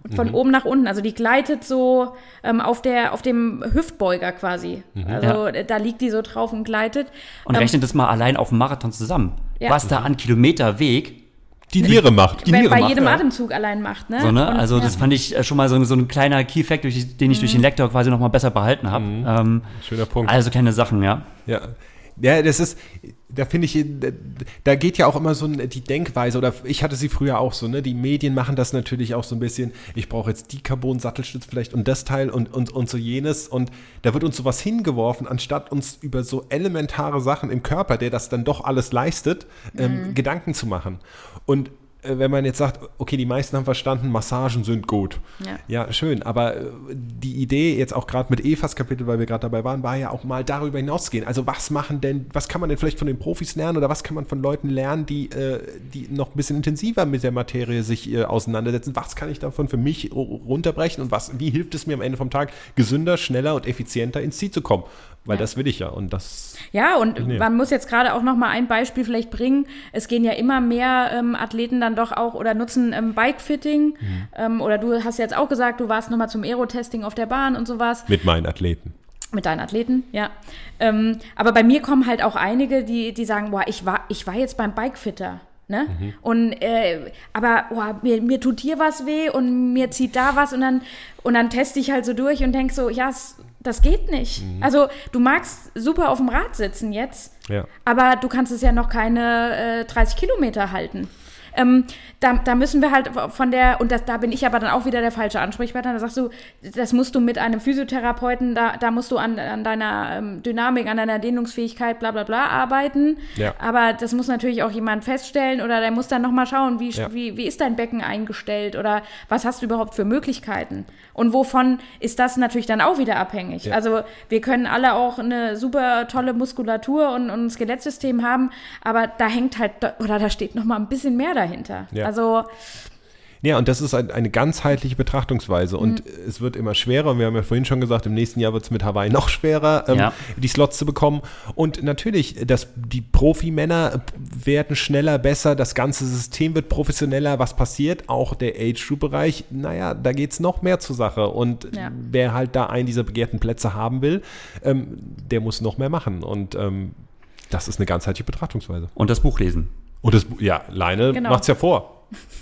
von mhm. oben nach unten. Also die gleitet so ähm, auf, der, auf dem Hüftbeuger quasi. Mhm. Also ja. da liegt die so drauf und gleitet. Und ähm, rechnet das mal allein auf dem Marathon zusammen. Ja. Was da an Kilometerweg die Niere macht. Die Niere bei macht, jedem ja. Atemzug allein macht. Ne? So, ne? Und, also ja. das fand ich schon mal so, so ein kleiner Key-Fact, den ich mhm. durch den Lektor quasi noch mal besser behalten habe. Mhm. Ähm, Schöner Punkt. Also kleine Sachen, ja. Ja. Ja, das ist, da finde ich, da geht ja auch immer so die Denkweise, oder ich hatte sie früher auch so, ne, die Medien machen das natürlich auch so ein bisschen, ich brauche jetzt die Carbon-Sattelstütze vielleicht und das Teil und, und, und so jenes, und da wird uns sowas hingeworfen, anstatt uns über so elementare Sachen im Körper, der das dann doch alles leistet, ähm, mhm. Gedanken zu machen. Und wenn man jetzt sagt, okay, die meisten haben verstanden, Massagen sind gut. Ja, ja schön. Aber die Idee jetzt auch gerade mit Evas Kapitel, weil wir gerade dabei waren, war ja auch mal darüber hinausgehen. Also was machen denn, was kann man denn vielleicht von den Profis lernen oder was kann man von Leuten lernen, die, äh, die noch ein bisschen intensiver mit der Materie sich äh, auseinandersetzen? Was kann ich davon für mich runterbrechen und was, wie hilft es mir am Ende vom Tag, gesünder, schneller und effizienter ins Ziel zu kommen? Weil ja. das will ich ja und das... Ja, und nee. man muss jetzt gerade auch noch mal ein Beispiel vielleicht bringen. Es gehen ja immer mehr ähm, Athleten dann doch auch oder nutzen ähm, Bikefitting. Mhm. Ähm, oder du hast jetzt auch gesagt, du warst noch mal zum Aerotesting auf der Bahn und sowas. Mit meinen Athleten. Mit deinen Athleten, ja. Ähm, aber bei mir kommen halt auch einige, die, die sagen, boah, ich war, ich war jetzt beim Bikefitter. Ne? Mhm. Und äh, aber boah, mir, mir tut hier was weh und mir zieht da was und dann, und dann teste ich halt so durch und denke so, ja, s- das geht nicht. Mhm. Also du magst super auf dem Rad sitzen jetzt, ja. aber du kannst es ja noch keine äh, dreißig Kilometer halten. Ähm, da, da müssen wir halt von der, und das, da bin ich aber dann auch wieder der falsche Ansprechpartner, da sagst du, das musst du mit einem Physiotherapeuten, da, da musst du an, an deiner ähm, Dynamik, an deiner Dehnungsfähigkeit, bla bla bla arbeiten, ja. aber das muss natürlich auch jemand feststellen oder der muss dann nochmal schauen, wie, ja. wie, wie ist dein Becken eingestellt oder was hast du überhaupt für Möglichkeiten und wovon ist das natürlich dann auch wieder abhängig. Ja. Also wir können alle auch eine super tolle Muskulatur und, und ein Skelettsystem haben, aber da hängt halt, oder da steht nochmal ein bisschen mehr dahinter. Ja. Also ja, und das ist ein, eine ganzheitliche Betrachtungsweise und mhm. es wird immer schwerer und wir haben ja vorhin schon gesagt, im nächsten Jahr wird es mit Hawaii noch schwerer, ähm, ja. die Slots zu bekommen und natürlich, das, die Profimänner werden schneller, besser, das ganze System wird professioneller, was passiert, auch der Age-Group-Bereich, naja, da geht es noch mehr zur Sache und ja. wer halt da einen dieser begehrten Plätze haben will, ähm, der muss noch mehr machen und ähm, das ist eine ganzheitliche Betrachtungsweise. Und das Buch lesen. Und das, ja, Leine genau. macht's ja vor.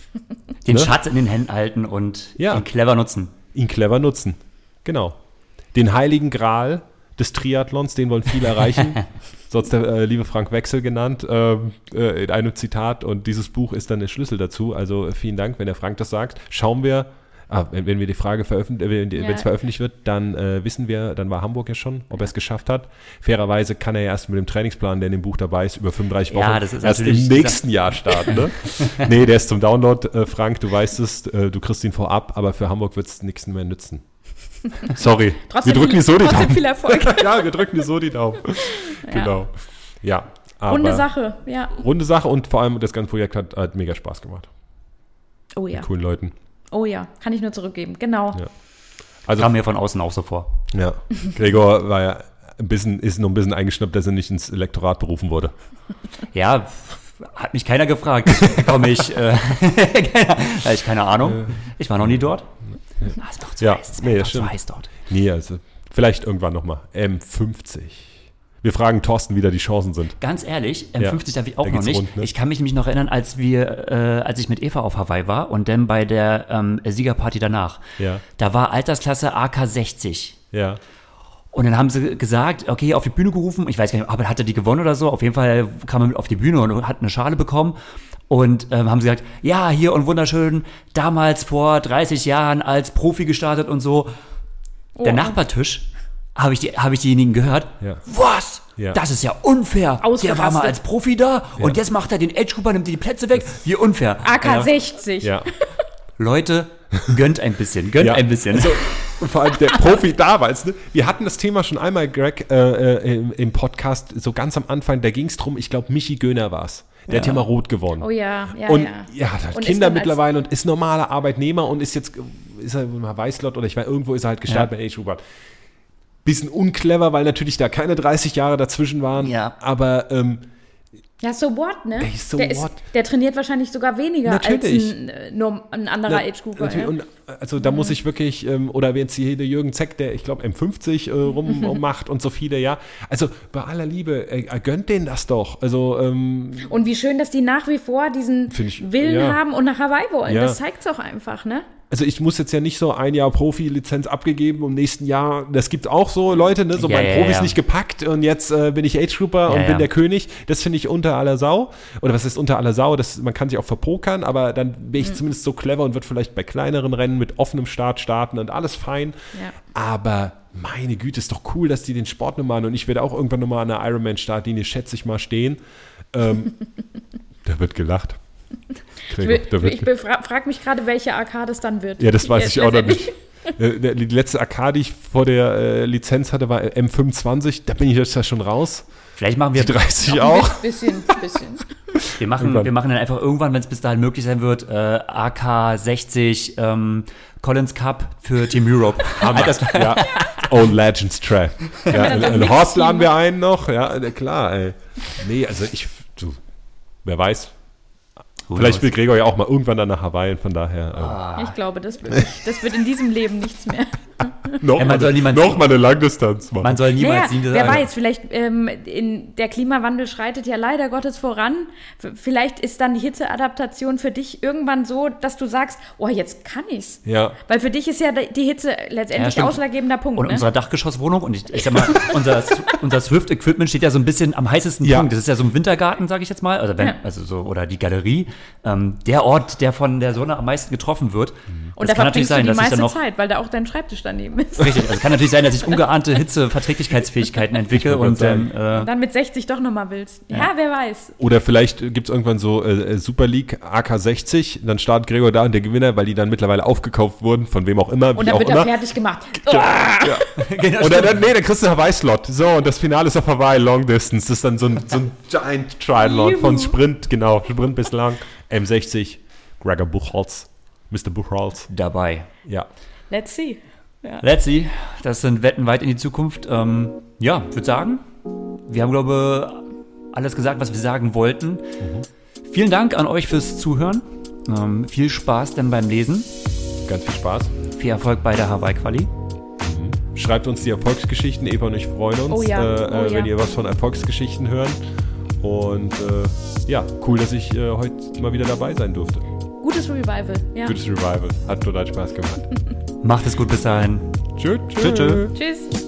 Den ne? Schatz in den Händen halten und ja. ihn clever nutzen. Ihn clever nutzen, genau. Den heiligen Gral des Triathlons, den wollen viele erreichen. So hat es der äh, liebe Frank Wechsel genannt, äh, äh, in einem Zitat. Und dieses Buch ist dann der Schlüssel dazu. Also äh, vielen Dank, wenn der Frank das sagt. Schauen wir, ah, wenn, wenn wir die Frage veröffentlichen, äh, wenn es ja. veröffentlicht wird, dann äh, wissen wir, dann war Hamburg ja schon, ob er es geschafft hat. Fairerweise kann er ja erst mit dem Trainingsplan, der in dem Buch dabei ist, über fünfunddreißig Wochen ja, das ist erst im nächsten Jahr starten. Ne? Nee, der ist zum Download, äh, Frank, du weißt es, äh, du kriegst ihn vorab, aber für Hamburg wird es nichts mehr nützen. Sorry, trotzdem wir drücken viel, dir so die Daumen. viel Erfolg. Ja, wir drücken dir so die Daumen. Ja. Genau. Ja, aber runde Sache, ja. Runde Sache und vor allem das ganze Projekt hat, hat mega Spaß gemacht. Oh ja. Mit coolen Leuten. Oh ja, kann ich nur zurückgeben, genau. Ja. Also kam mir von außen auch so vor. Ja, Gregor war ja ein bisschen, ist noch ein bisschen eingeschnappt, dass er nicht ins Lektorat berufen wurde. Ja, hat mich keiner gefragt. Komme ich, äh, keine, ich keine Ahnung. Ich war noch nie dort. Ja. Ah, ist noch zu ja, heiß. Ist nee, noch stimmt. zu heiß dort. Nee, also vielleicht irgendwann nochmal. M fünfzig. Wir fragen Thorsten, wie da die Chancen sind. Ganz ehrlich, M fünfzig ja, darf ich auch noch nicht. Rund, ne? Ich kann mich nämlich noch erinnern, als wir, äh, als ich mit Eva auf Hawaii war und dann bei der ähm, Siegerparty danach. Ja. Da war Altersklasse A K sechzig. Ja. Und dann haben sie gesagt, okay, auf die Bühne gerufen. Ich weiß gar nicht, aber hat er die gewonnen oder so? Auf jeden Fall kam er mit auf die Bühne und hat eine Schale bekommen. Und ähm, haben sie gesagt, ja, hier und wunderschön, damals vor dreißig Jahren als Profi gestartet und so. Oh. Der Nachbartisch, habe ich, die, hab ich diejenigen gehört, ja. Was? Ja. Das ist ja unfair. Der war mal als Profi da ja. und jetzt macht er den Age-Grupper, nimmt die Plätze weg. Wie unfair. A K sechzig. Ja. Leute, gönnt ein bisschen, gönnt ja. ein bisschen. Also, und vor allem der Profi damals. Ne? Wir hatten das Thema schon einmal, Greg, äh, im, im Podcast, so ganz am Anfang, da ging es drum, ich glaube, Michi Göhner war es. Der ja. hat ja mal rot gewonnen. Oh ja, ja, und, ja. ja, hat und Kinder mittlerweile und ist normaler Arbeitnehmer und ist jetzt, ist er mal Weißlot oder ich weiß, irgendwo ist er halt gestartet ja. bei Age-Group. Bisschen unclever, weil natürlich da keine dreißig Jahre dazwischen waren. Ja. Aber ähm, Ja, so what, ne? Ey, so der, what? Ist, der trainiert wahrscheinlich sogar weniger Natürlich. als ein, äh, nur ein anderer Na, Age-Grouper. Ja? Und also da mhm. muss ich wirklich, ähm, oder wenn jetzt hier der Jürgen Zeck, der ich glaube M fünfzig äh, rum, rummacht und so viele, ja. Also bei aller Liebe, äh, gönnt denen das doch. Also ähm, und wie schön, dass die nach wie vor diesen ich, Willen ja. haben und nach Hawaii wollen. Ja. Das zeigt es auch einfach, ne? Also ich muss jetzt ja nicht so ein Jahr Profi-Lizenz abgegeben und im nächsten Jahr, das gibt auch so Leute, ne, so ja, mein ja, Profi ist ja. nicht gepackt und jetzt äh, bin ich Age-Grouper ja, und ja. bin der König. Das finde ich unter aller Sau. Oder was ist unter aller Sau? Das, man kann sich auch verpokern, aber dann bin ich mhm. zumindest so clever und würde vielleicht bei kleineren Rennen mit offenem Start starten und alles fein. Ja. Aber meine Güte, ist doch cool, dass die den Sport noch machen und ich werde auch irgendwann nochmal an der Ironman-Startlinie, schätze ich mal, stehen. Ähm, da wird gelacht. Gregor, ich ich frage mich gerade, welche Arcade es dann wird. Ja, das weiß ich auch noch nicht. Die letzte Arcade, die ich vor der äh, Lizenz hatte, war M fünfundzwanzig. Da bin ich jetzt ja schon raus. Vielleicht machen wir die dreißig auch. Ein bisschen, bisschen. Wir machen, wir machen dann einfach irgendwann, wenn es bis dahin möglich sein wird, äh, A K sechzig ähm, Collins Cup für Team Europe. ja. Old Legends Track. Ja, ein Horst laden wir ein noch. Ja, klar, ey. Nee, also ich, du, wer weiß. Vielleicht will Gregor ja auch mal irgendwann dann nach Hawaii, von daher. Ah. Ich glaube, das wird, nicht, das wird in diesem Leben nichts mehr. noch, ja, mal, eine, noch mal eine Langdistanz machen. Man soll niemals naja, wer weiß, vielleicht ähm, in, der Klimawandel schreitet ja leider Gottes voran. Vielleicht ist dann die Hitzeadaptation für dich irgendwann so, dass du sagst, oh, jetzt kann ich's. Ja. Weil für dich ist ja die Hitze letztendlich ja, ausschlaggebender Punkt. Und ne? unsere Dachgeschosswohnung, und ich, ich sag mal, unser, unser Swift-Equipment steht ja so ein bisschen am heißesten ja. Punkt. Das ist ja so ein Wintergarten, sage ich jetzt mal, also, wenn, ja. also so, oder die Galerie. Ähm, der Ort, der von der Sonne am meisten getroffen wird. Und da verbringst du die meiste noch, Zeit, weil da auch dein Schreibtisch daneben ist. Richtig, also kann natürlich sein, dass ich ungeahnte Hitzeverträglichkeitsfähigkeiten entwickle und ähm, äh, dann mit sechzig doch nochmal willst. Ja, ja, wer weiß. Oder vielleicht gibt es irgendwann so äh, Super League A K sechzig, dann startet Gregor da und der Gewinner, weil die dann mittlerweile aufgekauft wurden, von wem auch immer. Und dann auch wird immer. er fertig gemacht. Ja. Ja. Genau, oder dann, nee, dann kriegst du einen Hawaii-Slot. So, und das Finale ist auf Hawaii, Long Distance. Das ist dann so ein, so ein Giant Triathlon von Sprint, genau, Sprint bis lang. M sechzig, Gregor Buchholz, Mister Buchholz. Dabei. Ja. Let's see. Ja. Let's see. Das sind Wetten weit in die Zukunft. Ähm, ja, ich würde sagen, wir haben, glaube ich, alles gesagt, was wir sagen wollten. Mhm. Vielen Dank an euch fürs Zuhören. Ähm, viel Spaß dann beim Lesen. Ganz viel Spaß. Viel Erfolg bei der Hawaii-Quali. Mhm. Schreibt uns die Erfolgsgeschichten. Eva und ich freuen uns, oh ja. äh, oh wenn ja. ihr was von Erfolgsgeschichten hören. Und äh, ja, cool, dass ich äh, heute mal wieder dabei sein durfte. Gutes Revival. Ja. Gutes Revival. Hat total Spaß gemacht. Macht es gut bis dahin. Tschüss. Tschüss. Tschüss.